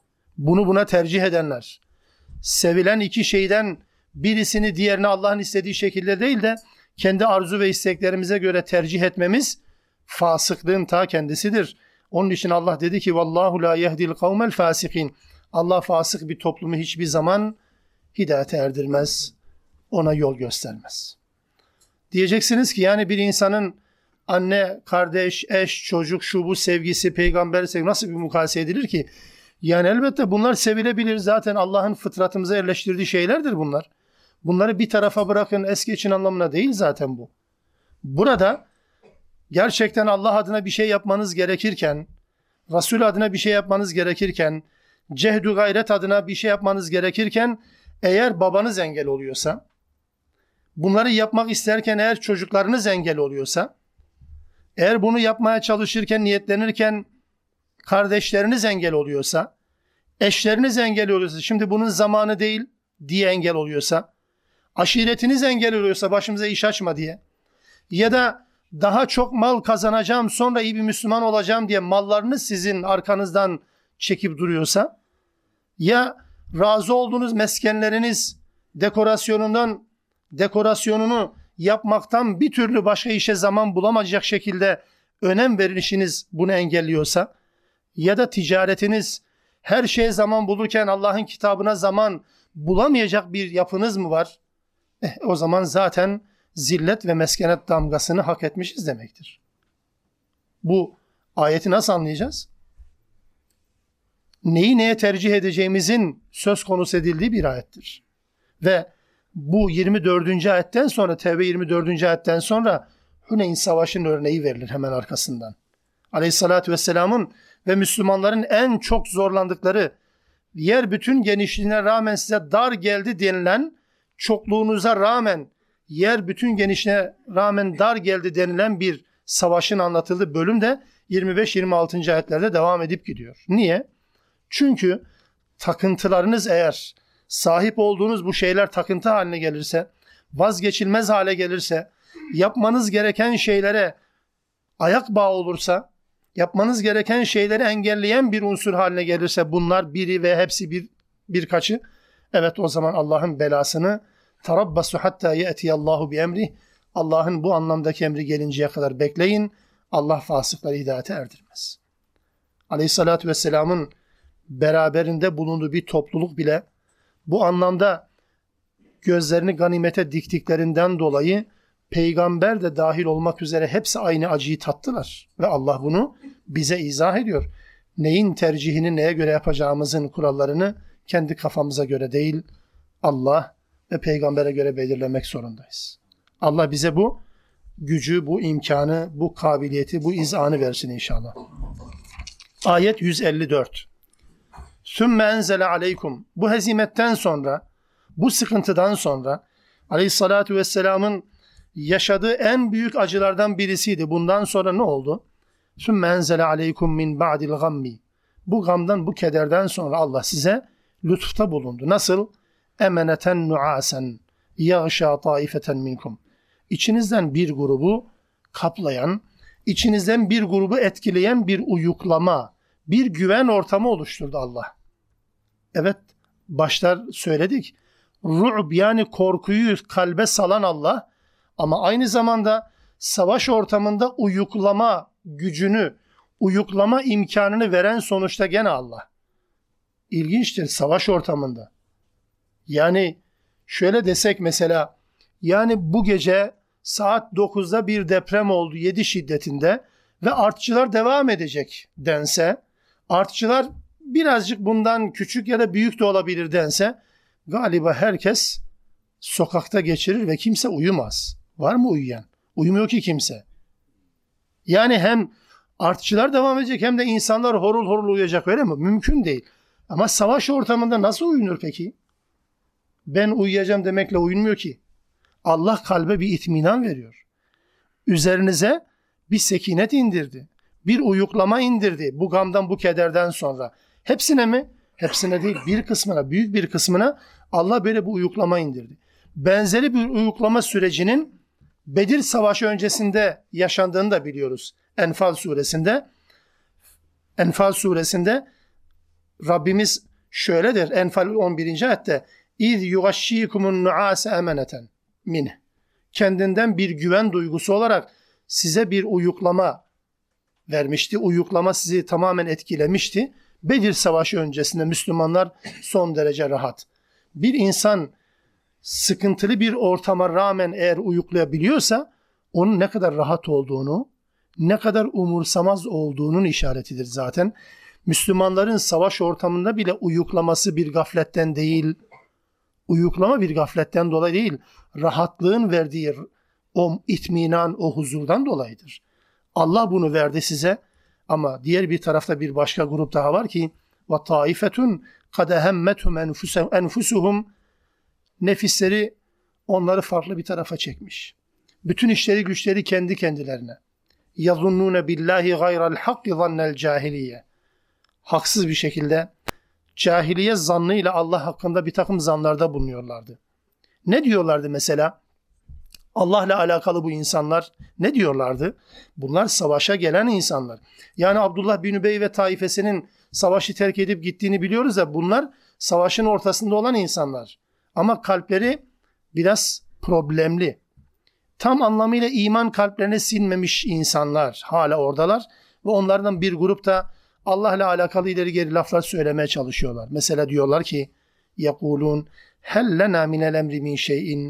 Buna tercih edenler. Sevilen iki şeyden birisini diğerini Allah'ın istediği şekilde değil de kendi arzu ve isteklerimize göre tercih etmemiz fasıklığın ta kendisidir. Onun için Allah dedi ki vallahu la yehdil kavmel fasikin. Allah fasık bir toplumu hiçbir zaman hidayete erdirmez. Ona yol göstermez. Diyeceksiniz ki yani bir insanın anne, kardeş, eş, çocuk, şu bu sevgisi, peygamber sevgisi nasıl bir mukayese edilir ki? Yani elbette bunlar sevilebilir. Zaten Allah'ın fıtratımıza yerleştirdiği şeylerdir bunlar. Bunları bir tarafa bırakın, es geçin anlamına değil zaten bu. Burada gerçekten Allah adına bir şey yapmanız gerekirken, Resul adına bir şey yapmanız gerekirken, cehdu gayret adına bir şey yapmanız gerekirken, eğer babanız engel oluyorsa, bunları yapmak isterken eğer çocuklarınız engel oluyorsa, eğer bunu yapmaya çalışırken, niyetlenirken kardeşleriniz engel oluyorsa, eşleriniz engel oluyorsa, şimdi bunun zamanı değil diye engel oluyorsa, aşiretiniz engel oluyorsa başımıza iş açma diye, ya da daha çok mal kazanacağım, sonra iyi bir Müslüman olacağım diye mallarınız sizin arkanızdan çekip duruyorsa, ya razı olduğunuz meskenleriniz dekorasyonunu yapmaktan bir türlü başka işe zaman bulamayacak şekilde önem verilişiniz bunu engelliyorsa, ya da ticaretiniz her şeye zaman bulurken Allah'ın kitabına zaman bulamayacak bir yapınız mı var? O zaman zaten zillet ve meskenet damgasını hak etmişiz demektir. Bu ayeti nasıl anlayacağız? Neyi neye tercih edeceğimizin söz konusu edildiği bir ayettir. Ve bu 24. ayetten sonra, Tevbe 24. ayetten sonra Huneyn Savaşı'nın örneği verilir hemen arkasından. Aleyhissalatü vesselamın ve Müslümanların en çok zorlandıkları, yer bütün genişliğine rağmen size dar geldi denilen, çokluğunuza rağmen yer bütün genişliğine rağmen dar geldi denilen bir savaşın anlatıldığı bölüm de 25-26. ayetlerde devam edip gidiyor. Niye? Çünkü takıntılarınız, eğer sahip olduğunuz bu şeyler takıntı haline gelirse, vazgeçilmez hale gelirse, yapmanız gereken şeylere ayak bağı olursa, yapmanız gereken şeyleri engelleyen bir unsur haline gelirse, bunlar biri ve hepsi birkaçı, evet o zaman Allah'ın belasını tarabbasu hatta ye'tiyallahu bi emrih, Allah'ın bu anlamdaki emri gelinceye kadar bekleyin. Allah fasıkları hidayete erdirmez. Aleyhissalatü vesselamın beraberinde bulunduğu bir topluluk bile bu anlamda gözlerini ganimete diktiklerinden dolayı peygamber de dahil olmak üzere hepsi aynı acıyı tattılar. Ve Allah bunu bize izah ediyor. Neyin tercihini neye göre yapacağımızın kurallarını kendi kafamıza göre değil, Allah ve peygambere göre belirlemek zorundayız. Allah bize bu gücü, bu imkanı, bu kabiliyeti, bu izanı versin inşallah. Ayet 154. Sümme enzele aleykum. Bu hezimetten sonra, bu sıkıntıdan sonra Aleyhissalatu vesselamın yaşadığı en büyük acılardan birisiydi. Bundan sonra ne oldu? Sümme enzele aleykum min ba'dil gammi. Bu gamdan, bu kederden sonra Allah size lütufta bulundu. Nasıl? Emeneten nuasen yağşâ taifeten minkum. İçinizden bir grubu kaplayan, içinizden bir grubu etkileyen bir uyuklama, bir güven ortamı oluşturdu Allah. Evet, başta söyledik. Ru'b, yani korkuyu kalbe salan Allah, ama aynı zamanda savaş ortamında uyuklama gücünü, uyuklama imkanını veren sonuçta gene Allah. İlginçtir savaş ortamında. Yani şöyle desek mesela, yani bu gece saat 9'da bir deprem oldu 7 şiddetinde ve artçılar devam edecek dense, artçılar birazcık bundan küçük ya da büyük de olabilir dense, galiba herkes sokakta geçirir ve kimse uyumaz. Var mı uyuyan? Uyumuyor ki kimse. Yani hem artçılar devam edecek hem de insanlar horul horul uyuyacak, öyle mi? Mümkün değil. Ama savaş ortamında nasıl uyunur peki? Ben uyuyacağım demekle uyunmuyor ki. Allah kalbe bir itminan veriyor. Üzerinize bir sekinet indirdi. Bir uyuklama indirdi bu gamdan, bu kederden sonra. Hepsine mi? Hepsine değil. Bir kısmına, büyük bir kısmına Allah böyle bir uyuklama indirdi. Benzeri bir uyuklama sürecinin Bedir Savaşı öncesinde yaşandığını da biliyoruz. Enfal suresinde Rabbimiz şöyle der. Enfal 11. ayette İz yugaşşikumun nuase emeneten min. Kendinden bir güven duygusu olarak size bir uyuklama vermişti. Uyuklama sizi tamamen etkilemişti. Bedir Savaşı öncesinde Müslümanlar son derece rahat. Bir insan sıkıntılı bir ortama rağmen eğer uyuklayabiliyorsa onun ne kadar rahat olduğunu, ne kadar umursamaz olduğunun işaretidir zaten. Müslümanların savaş ortamında bile uyuklaması bir gafletten değil, uyuklama bir gafletten dolayı değil, rahatlığın verdiği o itminan, o huzurdan dolayıdır. Allah bunu verdi size ama diğer bir tarafta bir başka grup daha var ki ve taifetun kad ehemmethum enfusuhum, nefisleri onları farklı bir tarafa çekmiş. Bütün işleri güçleri kendi kendilerine. Yazunnune billahi gayral hakki zannel cahiliye. Haksız bir şekilde cahiliye zannıyla Allah hakkında bir takım zanlarda bulunuyorlardı. Ne diyorlardı mesela? Allah'la alakalı bu insanlar ne diyorlardı? Bunlar savaşa gelen insanlar. Yani Abdullah bin Übey ve taifesinin savaşı terk edip gittiğini biliyoruz ya, bunlar savaşın ortasında olan insanlar. Ama kalpleri biraz problemli. Tam anlamıyla iman kalplerine sinmemiş insanlar hala oradalar ve onlardan bir grup da Allah'la alakalı ileri geri laflar söylemeye çalışıyorlar. Mesela diyorlar ki يَقُولُونَ هَلْ لَنَا مِنَ الْاَمْرِ مِنْ شَيْءٍ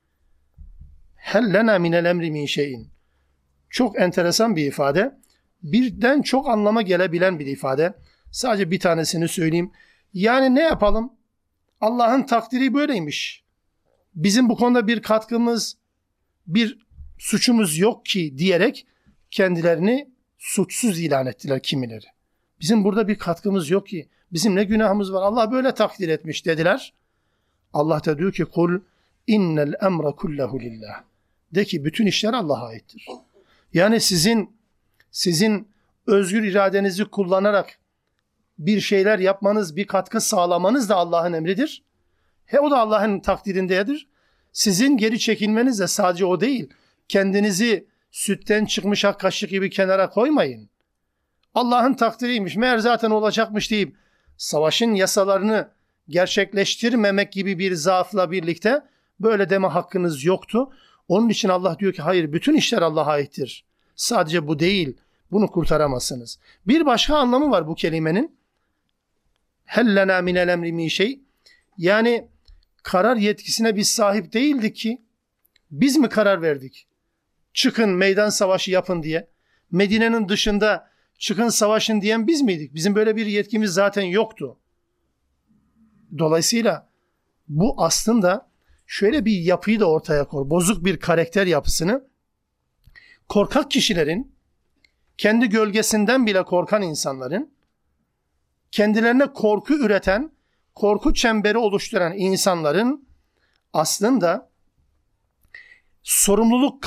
هَلْ لَنَا مِنَ الْاَمْرِ مِنْ شَيْءٍ. Çok enteresan bir ifade. Birden çok anlama gelebilen bir ifade. Sadece bir tanesini söyleyeyim. Yani ne yapalım? Allah'ın takdiri böyleymiş. Bizim bu konuda bir katkımız, bir suçumuz yok ki diyerek kendilerini suçsuz ilan ettiler kimileri. Bizim burada bir katkımız yok ki. Bizim ne günahımız var? Allah böyle takdir etmiş dediler. Allah da diyor ki kul innel emre kullehu lillah. De ki bütün işler Allah'a aittir. Yani sizin özgür iradenizi kullanarak bir şeyler yapmanız, bir katkı sağlamanız da Allah'ın emridir. O da Allah'ın takdirindedir. Sizin geri çekilmeniz de sadece o değil. Kendinizi sütten çıkmış ak kaşık gibi kenara koymayın. Allah'ın takdiriymiş, meğer zaten olacakmış deyip savaşın yasalarını gerçekleştirmemek gibi bir zaafla birlikte böyle deme hakkınız yoktu. Onun için Allah diyor ki hayır, bütün işler Allah'a aittir. Sadece bu değil, bunu kurtaramazsınız. Bir başka anlamı var bu kelimenin. Hellena minel emri min şey. Yani karar yetkisine biz sahip değildik ki biz mi karar verdik? Çıkın meydan savaşı yapın diye. Medine'nin dışında çıkın savaşın diyen biz miydik? Bizim böyle bir yetkimiz zaten yoktu. Dolayısıyla bu aslında şöyle bir yapıyı da ortaya koyuyor. Bozuk bir karakter yapısını. Korkak kişilerin, kendi gölgesinden bile korkan insanların, kendilerine korku üreten, korku çemberi oluşturan insanların aslında sorumluluk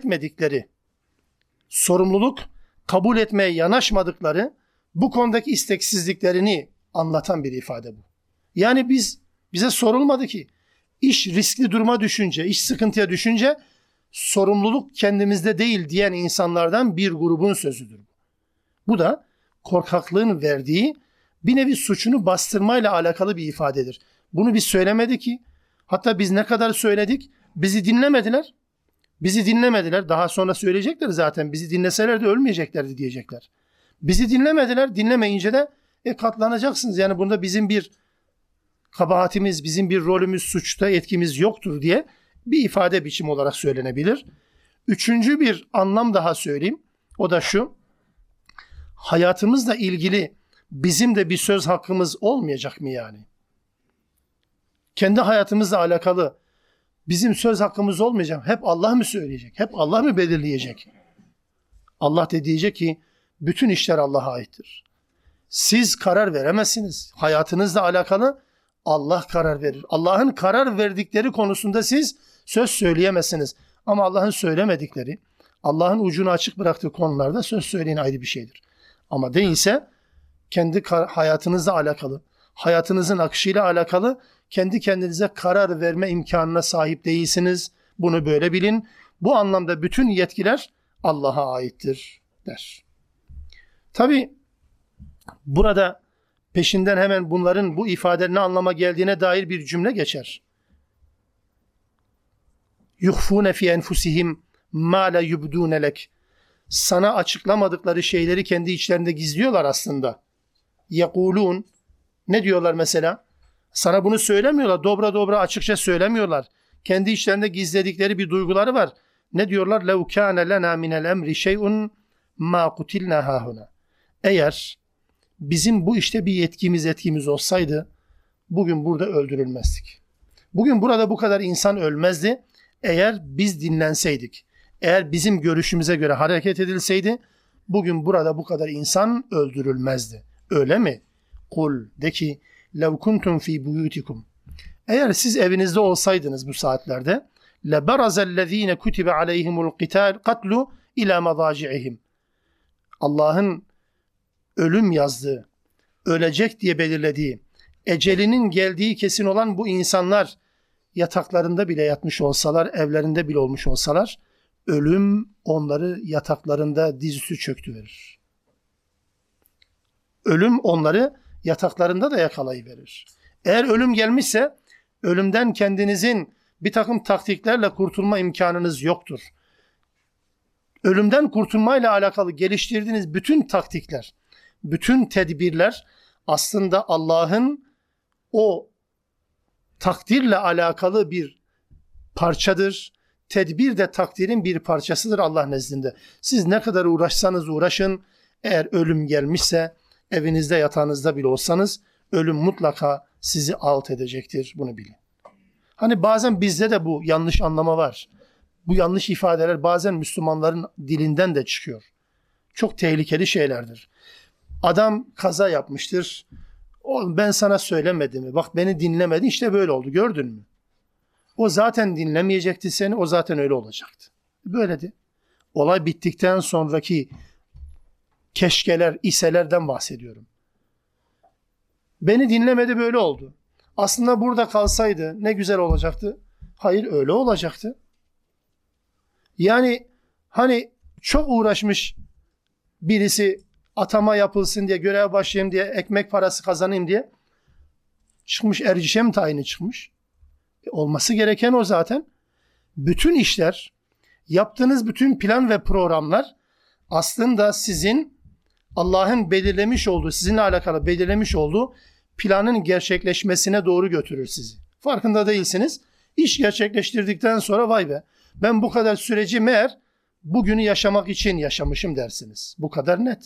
kabul etmeye yanaşmadıkları, bu konudaki isteksizliklerini anlatan bir ifade bu. Yani bize sorulmadı ki iş riskli duruma düşünce, iş sıkıntıya düşünce sorumluluk kendimizde değil diyen insanlardan bir grubun sözüdür bu. Bu da korkaklığın verdiği bir nevi suçunu bastırmayla alakalı bir ifadedir. Bunu biz söylemedi ki. Hatta biz ne kadar söyledik, bizi dinlemediler. Bizi dinlemediler. Daha sonra söyleyecekler zaten. Bizi dinleseler de ölmeyeceklerdi diyecekler. Bizi dinlemediler. Dinlemeyince de katlanacaksınız. Yani bunda bizim bir kabahatimiz, bizim bir rolümüz, suçta etkimiz yoktur diye bir ifade biçimi olarak söylenebilir. Üçüncü bir anlam daha söyleyeyim. O da şu. Hayatımızla ilgili bizim de bir söz hakkımız olmayacak mı yani? Kendi hayatımızla alakalı bizim söz hakkımız olmayacak. Hep Allah mı söyleyecek? Hep Allah mı belirleyecek? Allah da diyecek ki bütün işler Allah'a aittir. Siz karar veremezsiniz. Hayatınızla alakalı Allah karar verir. Allah'ın karar verdikleri konusunda siz söz söyleyemezsiniz. Ama Allah'ın söylemedikleri, Allah'ın ucunu açık bıraktığı konularda söz söyleyin ayrı bir şeydir. Ama değilse kendi hayatınızla alakalı, hayatınızın akışıyla alakalı kendi kendinize karar verme imkanına sahip değilsiniz. Bunu böyle bilin. Bu anlamda bütün yetkiler Allah'a aittir der. Tabi burada peşinden hemen bunların bu ifadenin ne anlama geldiğine dair bir cümle geçer. Yuhfune fi enfusihim ma la yubdune lek. Sana açıklamadıkları şeyleri kendi içlerinde gizliyorlar aslında. Yekulun. Ne diyorlar mesela? Sana bunu söylemiyorlar. Dobra dobra açıkça söylemiyorlar. Kendi içlerinde gizledikleri bir duyguları var. Ne diyorlar? لَوْ كَانَ لَنَا مِنَ الْاَمْرِ شَيْءٌ مَا قُتِلْنَا هَاهُنَا. Eğer bizim bu işte bir yetkimiz olsaydı bugün burada öldürülmezdik. Bugün burada bu kadar insan ölmezdi eğer biz dinlenseydik. Eğer bizim görüşümüze göre hareket edilseydi bugün burada bu kadar insan öldürülmezdi. Öyle mi? Kul de ki lev kuntum fi buyutikum. Eğer siz evinizde olsaydınız bu saatlerde leberazellezine kutibe aleyhimul katlu ila madaci'ihim. Allah'ın ölüm yazdığı, ölecek diye belirlediği, ecelinin geldiği kesin olan bu insanlar yataklarında bile yatmış olsalar, evlerinde bile olmuş olsalar, ölüm onları yataklarında dizüstü çöktüverir. Ölüm onları yataklarında da yakalayıverir. Eğer ölüm gelmişse, ölümden kendinizin bir takım taktiklerle kurtulma imkanınız yoktur. Ölümden kurtulmayla alakalı geliştirdiğiniz bütün taktikler, bütün tedbirler aslında Allah'ın o takdirle alakalı bir parçadır. Tedbir de takdirin bir parçasıdır Allah nezdinde. Siz ne kadar uğraşsanız uğraşın, eğer ölüm gelmişse evinizde yatağınızda bile olsanız ölüm mutlaka sizi alt edecektir. Bunu bilin. Hani bazen bizde de bu yanlış anlama var. Bu yanlış ifadeler bazen Müslümanların dilinden de çıkıyor. Çok tehlikeli şeylerdir. Adam kaza yapmıştır. Ben sana söylemedim mi? Bak beni dinlemedin, işte böyle oldu, gördün mü? O zaten dinlemeyecekti seni, o zaten öyle olacaktı. Böyledi. Olay bittikten sonraki keşkeler, iselerden bahsediyorum. Beni dinlemedi, böyle oldu. Aslında burada kalsaydı ne güzel olacaktı. Hayır, öyle olacaktı. Yani hani çok uğraşmış birisi, atama yapılsın diye, göreve başlayayım diye, ekmek parası kazanayım diye çıkmış, Erciş'e mi tayini çıkmış? Olması gereken o zaten. Bütün işler, yaptığınız bütün plan ve programlar aslında sizin Allah'ın belirlemiş olduğu, sizinle alakalı belirlemiş olduğu planın gerçekleşmesine doğru götürür sizi. Farkında değilsiniz. İş gerçekleştirdikten sonra vay be, ben bu kadar süreci meğer bugünü yaşamak için yaşamışım dersiniz. Bu kadar net.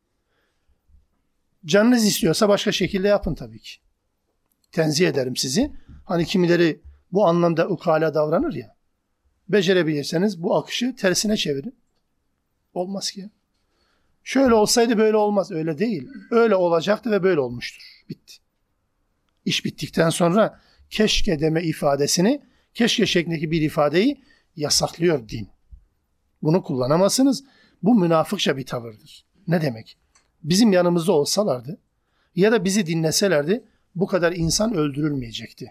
Canınız istiyorsa başka şekilde yapın tabii ki. Tenzih ederim sizi. Hani kimileri bu anlamda ukala davranır ya. Becerebilirseniz bu akışı tersine çevirin. Olmaz ki. Şöyle olsaydı böyle olmaz. Öyle değil. Öyle olacaktı ve böyle olmuştur. Bitti. İş bittikten sonra keşke deme ifadesini, keşke şeklindeki bir ifadeyi yasaklıyor din. Bunu kullanamazsınız. Bu münafıkça bir tavırdır. Ne demek? Bizim yanımızda olsalardı ya da bizi dinleselerdi bu kadar insan öldürülmeyecekti.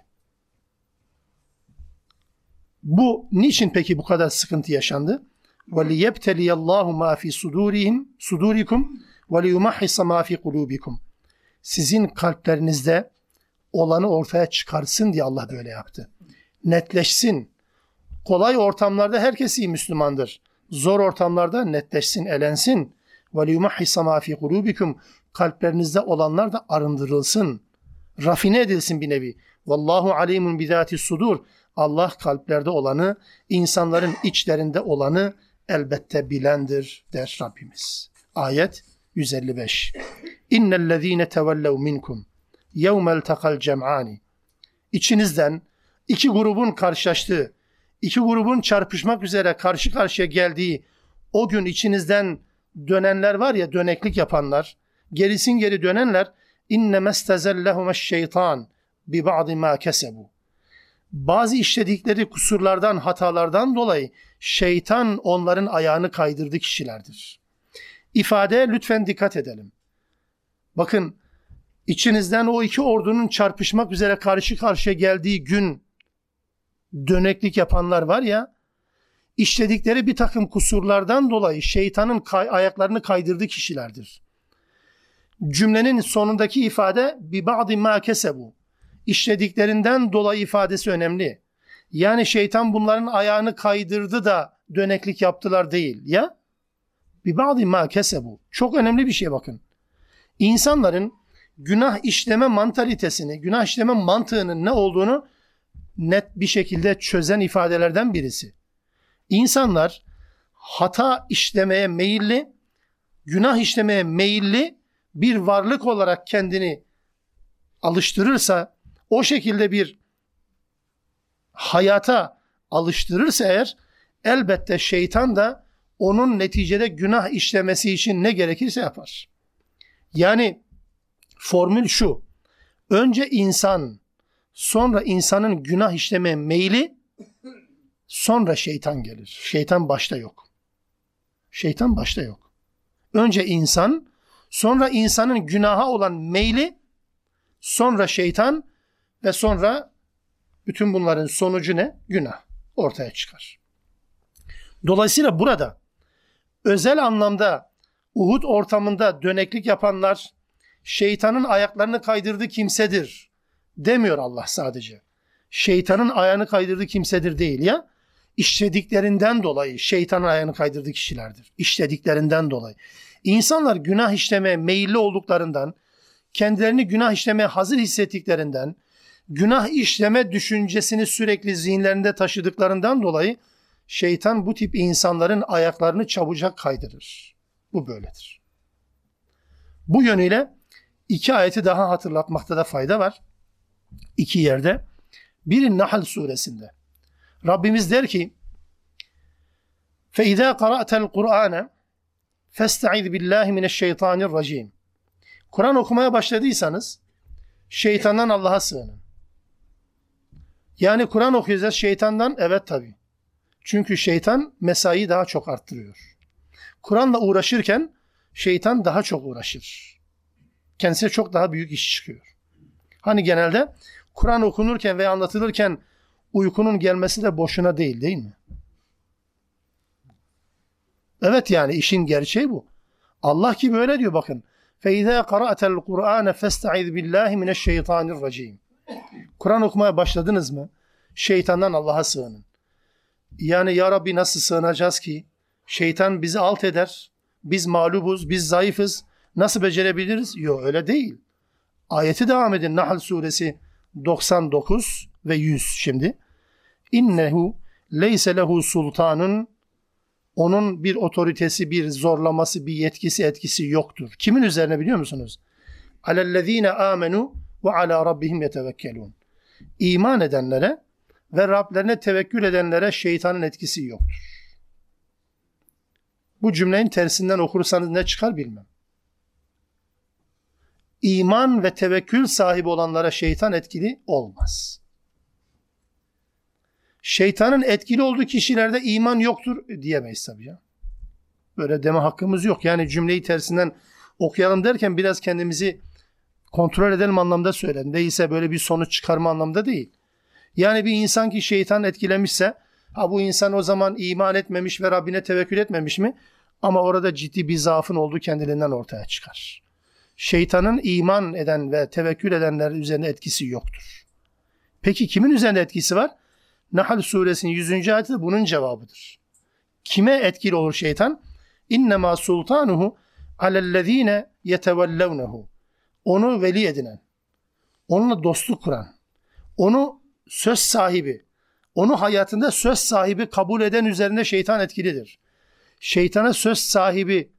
Bu niçin peki bu kadar sıkıntı yaşandı? وَلِيَبْتَلِيَ اللّٰهُ مَا فِي صُدُورِكُمْ وَلِيُمَحِّصَ مَا فِي قُلُوبِكُمْ. Sizin kalplerinizde olanı ortaya çıkarsın diye Allah böyle yaptı. Netleşsin. Kolay ortamlarda herkes iyi Müslümandır. Zor ortamlarda netleşsin, elensin. وَلِيُمَحِّصَ مَا فِي قُلُوبِكُمْ. Kalplerinizde olanlar da arındırılsın. Rafine edilsin bir nevi. وَاللّٰهُ عَلِيمٌ بِذَاتِ الصُّدُورِ. Allah kalplerde olanı, insanların içlerinde olanı elbette bilendir der Rabbimiz. Ayet 155. İnnellezîne tevellev minkum yevmel tekal cem'ani. İçinizden iki grubun karşılaştığı, iki grubun çarpışmak üzere karşı karşıya geldiği o gün içinizden dönenler var ya, döneklik yapanlar, gerisin geri dönenler, innemestezellehumeşşeytan bi ba'di ma kesebu. Bazı işledikleri kusurlardan, hatalardan dolayı şeytan onların ayağını kaydırdı kişilerdir. İfadeye lütfen dikkat edelim. Bakın, içinizden o iki ordunun çarpışmak üzere karşı karşıya geldiği gün döneklik yapanlar var ya, işledikleri bir takım kusurlardan dolayı şeytanın ayaklarını kaydırdı kişilerdir. Cümlenin sonundaki ifade bi ba'di ma kesebu. İşlediklerinden dolayı ifadesi önemli. Yani şeytan bunların ayağını kaydırdı da döneklik yaptılar değil ya. Bi ba'di ma kesebu. Çok önemli bir şey bakın. İnsanların günah işleme mantalitesini, günah işleme mantığının ne olduğunu net bir şekilde çözen ifadelerden birisi. İnsanlar hata işlemeye meyilli, günah işlemeye meyilli bir varlık olarak kendini alıştırırsa, o şekilde bir hayata alıştırırsa eğer, elbette şeytan da onun neticede günah işlemesi için ne gerekirse yapar. Yani formül şu: önce insan, sonra insanın günah işlemeye meyli, sonra şeytan gelir. Şeytan başta yok. Şeytan başta yok. Önce insan, sonra insanın günaha olan meyli, sonra şeytan ve sonra bütün bunların sonucu ne? Günah ortaya çıkar. Dolayısıyla burada özel anlamda Uhud ortamında döneklik yapanlar şeytanın ayaklarını kaydırdığı kimsedir demiyor Allah sadece. Şeytanın ayağını kaydırdığı kimsedir değil ya. İşlediklerinden dolayı şeytanın ayağını kaydırdığı kişilerdir. İşlediklerinden dolayı. İnsanlar günah işlemeye meyilli olduklarından, kendilerini günah işlemeye hazır hissettiklerinden, günah işleme düşüncesini sürekli zihinlerinde taşıdıklarından dolayı şeytan bu tip insanların ayaklarını çabucak kaydırır. Bu böyledir. Bu yönüyle iki ayeti daha hatırlatmakta da fayda var. İki yerde. Biri Nahl suresinde. Rabbimiz der ki: فَاِذَا قَرَأْتَ الْقُرْآنَ فَاسْتَعِذْ بِاللّٰهِ مِنَ الشَّيْطَانِ الرَّجِيمِ. Kur'an okumaya başladıysanız şeytandan Allah'a sığının. Yani Kur'an okuyacağız şeytandan, evet tabii. Çünkü şeytan mesaiyi daha çok arttırıyor. Kur'an'la uğraşırken şeytan daha çok uğraşır. Kendisine çok daha büyük iş çıkıyor. Hani genelde Kur'an okunurken veya anlatılırken uykunun gelmesi de boşuna değil mi? Evet, yani işin gerçeği bu. Allah ki böyle diyor, bakın. فَاِذَا قَرَأْتَ الْقُرْآنَ فَاسْتَعِذْ بِاللّٰهِ مِنَ الشَّيْطَانِ الرَّجِيمِ. Kur'an okumaya başladınız mı? Şeytandan Allah'a sığının. Yani ya Rabbi nasıl sığınacağız ki? Şeytan bizi alt eder. Biz mağlubuz, biz zayıfız. Nasıl becerebiliriz? Yok, öyle değil. Ayeti devam edin. Nahl suresi 99 ve 100 şimdi. İnnehu leyse lehu sultanun. Onun bir otoritesi, bir zorlaması, bir yetkisi, etkisi yoktur. Kimin üzerine biliyor musunuz? Alellezine amenu ve ala rabbihim yetevekkelun. İman edenlere ve Rablerine tevekkül edenlere şeytanın etkisi yoktur. Bu cümlenin tersinden okursanız ne çıkar bilmem. İman ve tevekkül sahibi olanlara şeytan etkili olmaz. Şeytanın etkili olduğu kişilerde iman yoktur diyemeyiz tabii ya. Böyle deme hakkımız yok. Yani cümleyi tersinden okuyalım derken biraz kendimizi kontrol edelim anlamda söyledim. Değilse böyle bir sonuç çıkarma anlamda değil. Yani bir insan ki şeytan etkilemişse, bu insan o zaman iman etmemiş ve Rabbine tevekkül etmemiş mi? Ama orada ciddi bir zaafın olduğu kendiliğinden ortaya çıkar. Şeytanın iman eden ve tevekkül edenler üzerinde etkisi yoktur. Peki kimin üzerinde etkisi var? Nahl suresinin 100. ayeti de bunun cevabıdır. Kime etkili olur şeytan? İnnemâ sultanuhu alellezîne yetevellevnehu. Onu veli edinen, onunla dostluk kuran, onu söz sahibi, onu hayatında söz sahibi kabul eden üzerinde şeytan etkilidir. Şeytanı söz sahibi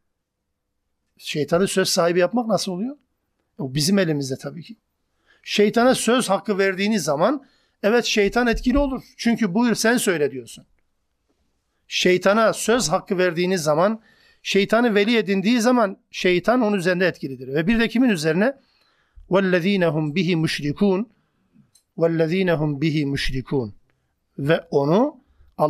yapmak nasıl oluyor? O bizim elimizde tabii ki. Şeytana söz hakkı verdiğiniz zaman evet şeytan etkili olur. Çünkü buyur sen söyle diyorsun. Şeytana söz hakkı verdiğiniz zaman, şeytanı veli edindiği zaman şeytan onun üzerinde etkilidir. Ve bir de kimin üzerine? وَالَّذ۪ينَ هُمْ بِهِ مُشْرِكُونَ وَالَّذ۪ينَ هُمْ بِهِ مُشْرِكُونَ. Ve onu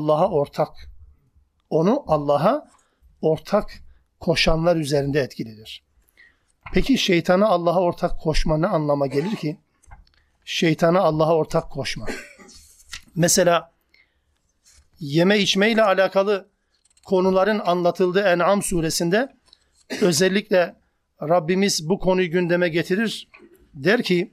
Allah'a ortak koşanlar üzerinde etkilidir. Peki şeytana Allah'a ortak koşma ne anlama gelir ki? Şeytana Allah'a ortak koşma. Mesela yeme içme ile alakalı konuların anlatıldığı En'am suresinde özellikle Rabbimiz bu konuyu gündeme getirir. Der ki: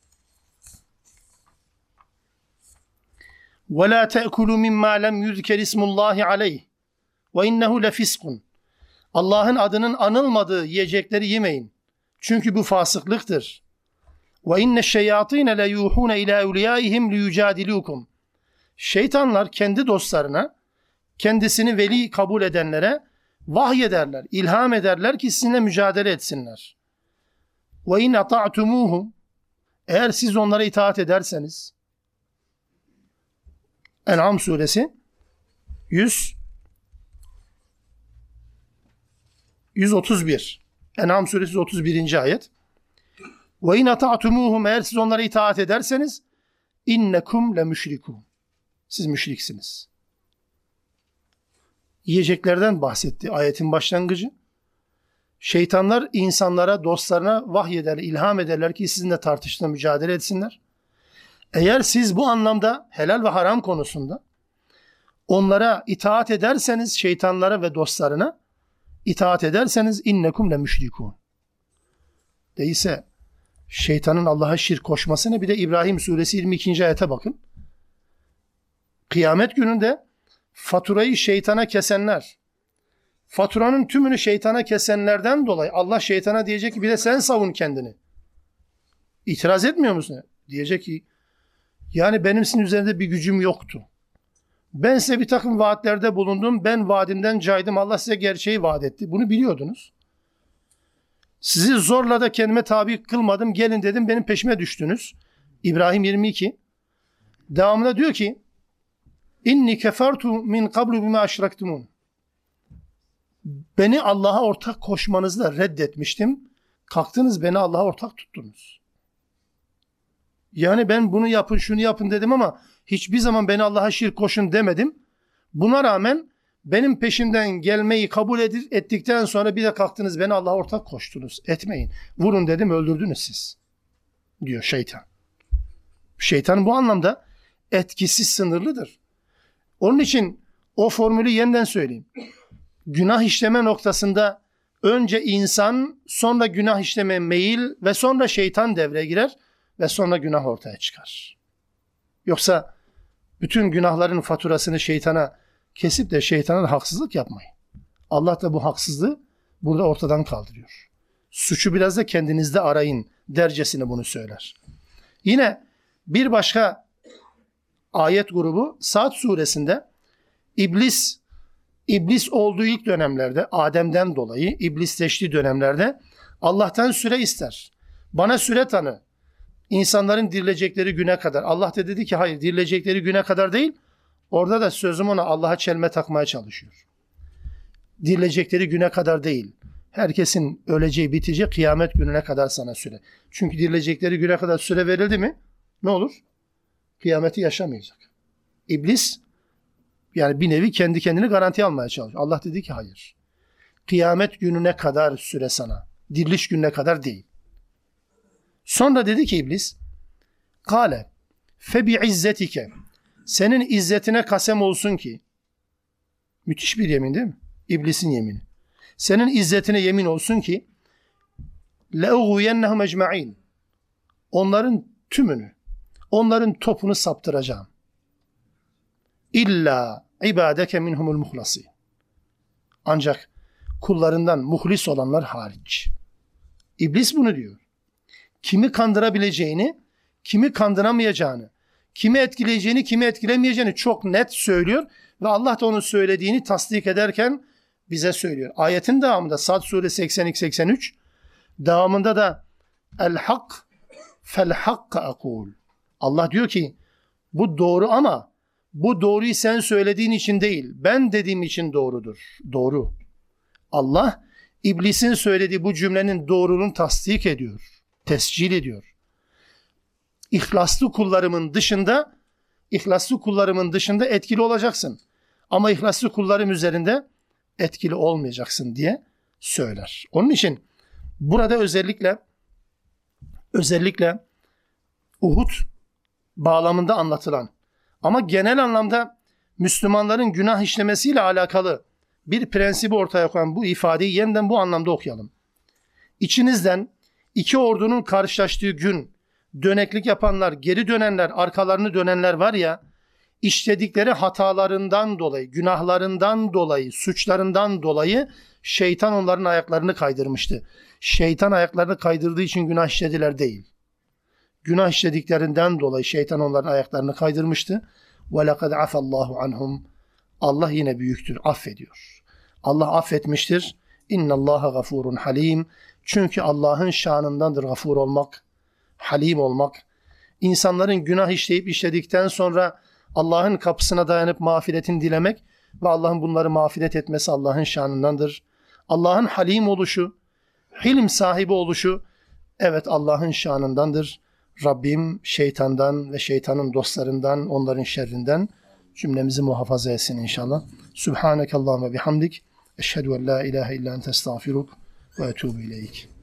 وَلَا تَأْكُلُوا مِمَّا لَمْ يُذْكَرِ اسْمُ اللّٰهِ عَلَيْهِ وَاِنَّهُ لَفِسْقٌ. Allah'ın adının anılmadığı yiyecekleri yemeyin. Çünkü bu fasıklıktır. وَاِنَّ الشَّيَاطِينَ لَيُوحُونَ اِلَى اَوْلِيَائِهِمْ لِيُجَادِلُوكُمْ. Şeytanlar kendi dostlarına, kendisini veli kabul edenlere vahyederler, ilham ederler ki sizinle mücadele etsinler. Ve in ata'tumuhum, eğer siz onlara itaat ederseniz, En'am suresi 131. En'am suresi 31. ayet. Ve in ata'tumuhum, eğer siz onlara itaat ederseniz, innekum le müşrikun. Siz müşriksiniz. Yiyeceklerden bahsetti ayetin başlangıcı. Şeytanlar insanlara, dostlarına vahyeder, ilham ederler ki sizinle tartışma, mücadele etsinler. Eğer siz bu anlamda helal ve haram konusunda onlara itaat ederseniz, şeytanlara ve dostlarına itaat ederseniz innekum le müşrikun. Değilse şeytanın Allah'a şirk koşmasını, bir de İbrahim suresi 22. ayete bakın. Kıyamet gününde faturayı şeytana kesenler, faturanın tümünü şeytana kesenlerden dolayı Allah şeytana diyecek ki bir de sen savun kendini. İtiraz etmiyor musun? Diyecek ki yani benim sizin üzerinde bir gücüm yoktu. Ben size bir takım vaatlerde bulundum. Ben vaadimden caydım. Allah size gerçeği vaat etti. Bunu biliyordunuz. Sizi zorla da kendime tabi kılmadım. Gelin dedim, benim peşime düştünüz. İbrahim 22. Devamında diyor ki İnni kefertu min qablu bima aşraktumun. Beni Allah'a ortak koşmanızla reddetmiştim. Kalktınız beni Allah'a ortak tuttunuz. Yani ben bunu yapın, şunu yapın dedim ama hiçbir zaman beni Allah'a şirk koşun demedim. Buna rağmen benim peşimden gelmeyi kabul ettikten sonra bir de kalktınız beni Allah'a ortak koştunuz. Etmeyin. Vurun dedim, öldürdünüz siz. Diyor şeytan. Şeytan bu anlamda etkisi sınırlıdır. Onun için o formülü yeniden söyleyeyim. Günah işleme noktasında önce insan, sonra günah işleme meyil ve sonra şeytan devreye girer ve sonra günah ortaya çıkar. Yoksa bütün günahların faturasını şeytana kesip de şeytana haksızlık yapmayın. Allah da bu haksızlığı burada ortadan kaldırıyor. Suçu biraz da kendinizde arayın dercesine bunu söyler. Yine bir başka ayet grubu Sad suresinde İblis olduğu ilk dönemlerde, Adem'den dolayı iblisleştiği dönemlerde Allah'tan süre ister. Bana süre tanı. İnsanların dirilecekleri güne kadar. Allah da dedi ki hayır, dirilecekleri güne kadar değil. Orada da sözüm ona Allah'a çelme takmaya çalışıyor. Dirilecekleri güne kadar değil. Herkesin öleceği, biteceği kıyamet gününe kadar sana süre. Çünkü dirilecekleri güne kadar süre verildi mi ne olur? Kıyameti yaşamayacak. İblis yani bir nevi kendi kendini garantiye almaya çalışıyor. Allah dedi ki hayır. Kıyamet gününe kadar süre sana. Diriliş gününe kadar değil. Sonra dedi ki İblis, Kale febi izzetike, senin izzetine kasem olsun ki, müthiş bir yemin değil mi? İblisin yemini. Senin izzetine yemin olsun ki, le'uğuyennehum ecma'in, onların tümünü, onların topunu saptıracağım. İlla ibadeke minhumul muhlasi. Ancak kullarından muhlis olanlar hariç. İblis bunu diyor. Kimi kandırabileceğini, kimi kandıramayacağını, kimi etkileyeceğini, kimi etkilemeyeceğini çok net söylüyor ve Allah da onun söylediğini tasdik ederken bize söylüyor. Ayetin devamında Sad suresi 82-83 devamında da el hak fel hakka akul. Allah diyor ki bu doğru ama bu doğruyu sen söylediğin için değil, ben dediğim için doğrudur. Doğru. Allah İblisin söylediği bu cümlenin doğruluğunu tasdik ediyor, tescil ediyor. İhlaslı kullarımın dışında etkili olacaksın. Ama ihlaslı kullarım üzerinde etkili olmayacaksın diye söyler. Onun için burada özellikle Uhud bağlamında anlatılan ama genel anlamda Müslümanların günah işlemesiyle alakalı bir prensibi ortaya koyan bu ifadeyi yeniden bu anlamda okuyalım. İçinizden iki ordunun karşılaştığı gün döneklik yapanlar, geri dönenler, arkalarını dönenler var ya, işledikleri hatalarından dolayı, günahlarından dolayı, suçlarından dolayı şeytan onların ayaklarını kaydırmıştı. Şeytan ayaklarını kaydırdığı için günah işlediler değil. Günah işlediklerinden dolayı şeytan onların ayaklarını kaydırmıştı. وَلَقَدْ عَفَ اللّٰهُ عَنْهُمْ. Allah yine büyüktür, affediyor. Allah affetmiştir. اِنَّ اللّٰهَ غَفُورٌ halim. Çünkü Allah'ın şanındandır gafur olmak, halim olmak. İnsanların günah işleyip işledikten sonra Allah'ın kapısına dayanıp mağfiretini dilemek ve Allah'ın bunları mağfiret etmesi Allah'ın şanındandır. Allah'ın halim oluşu, hilm sahibi oluşu, evet Allah'ın şanındandır. Rabbim şeytandan ve şeytanın dostlarından, onların şerrinden cümlemizi muhafaza etsin inşallah. Subhanekallahumma bihamdik. Eşhedü en la ilahe illa ente estağfiruk ve etûbü ileyk.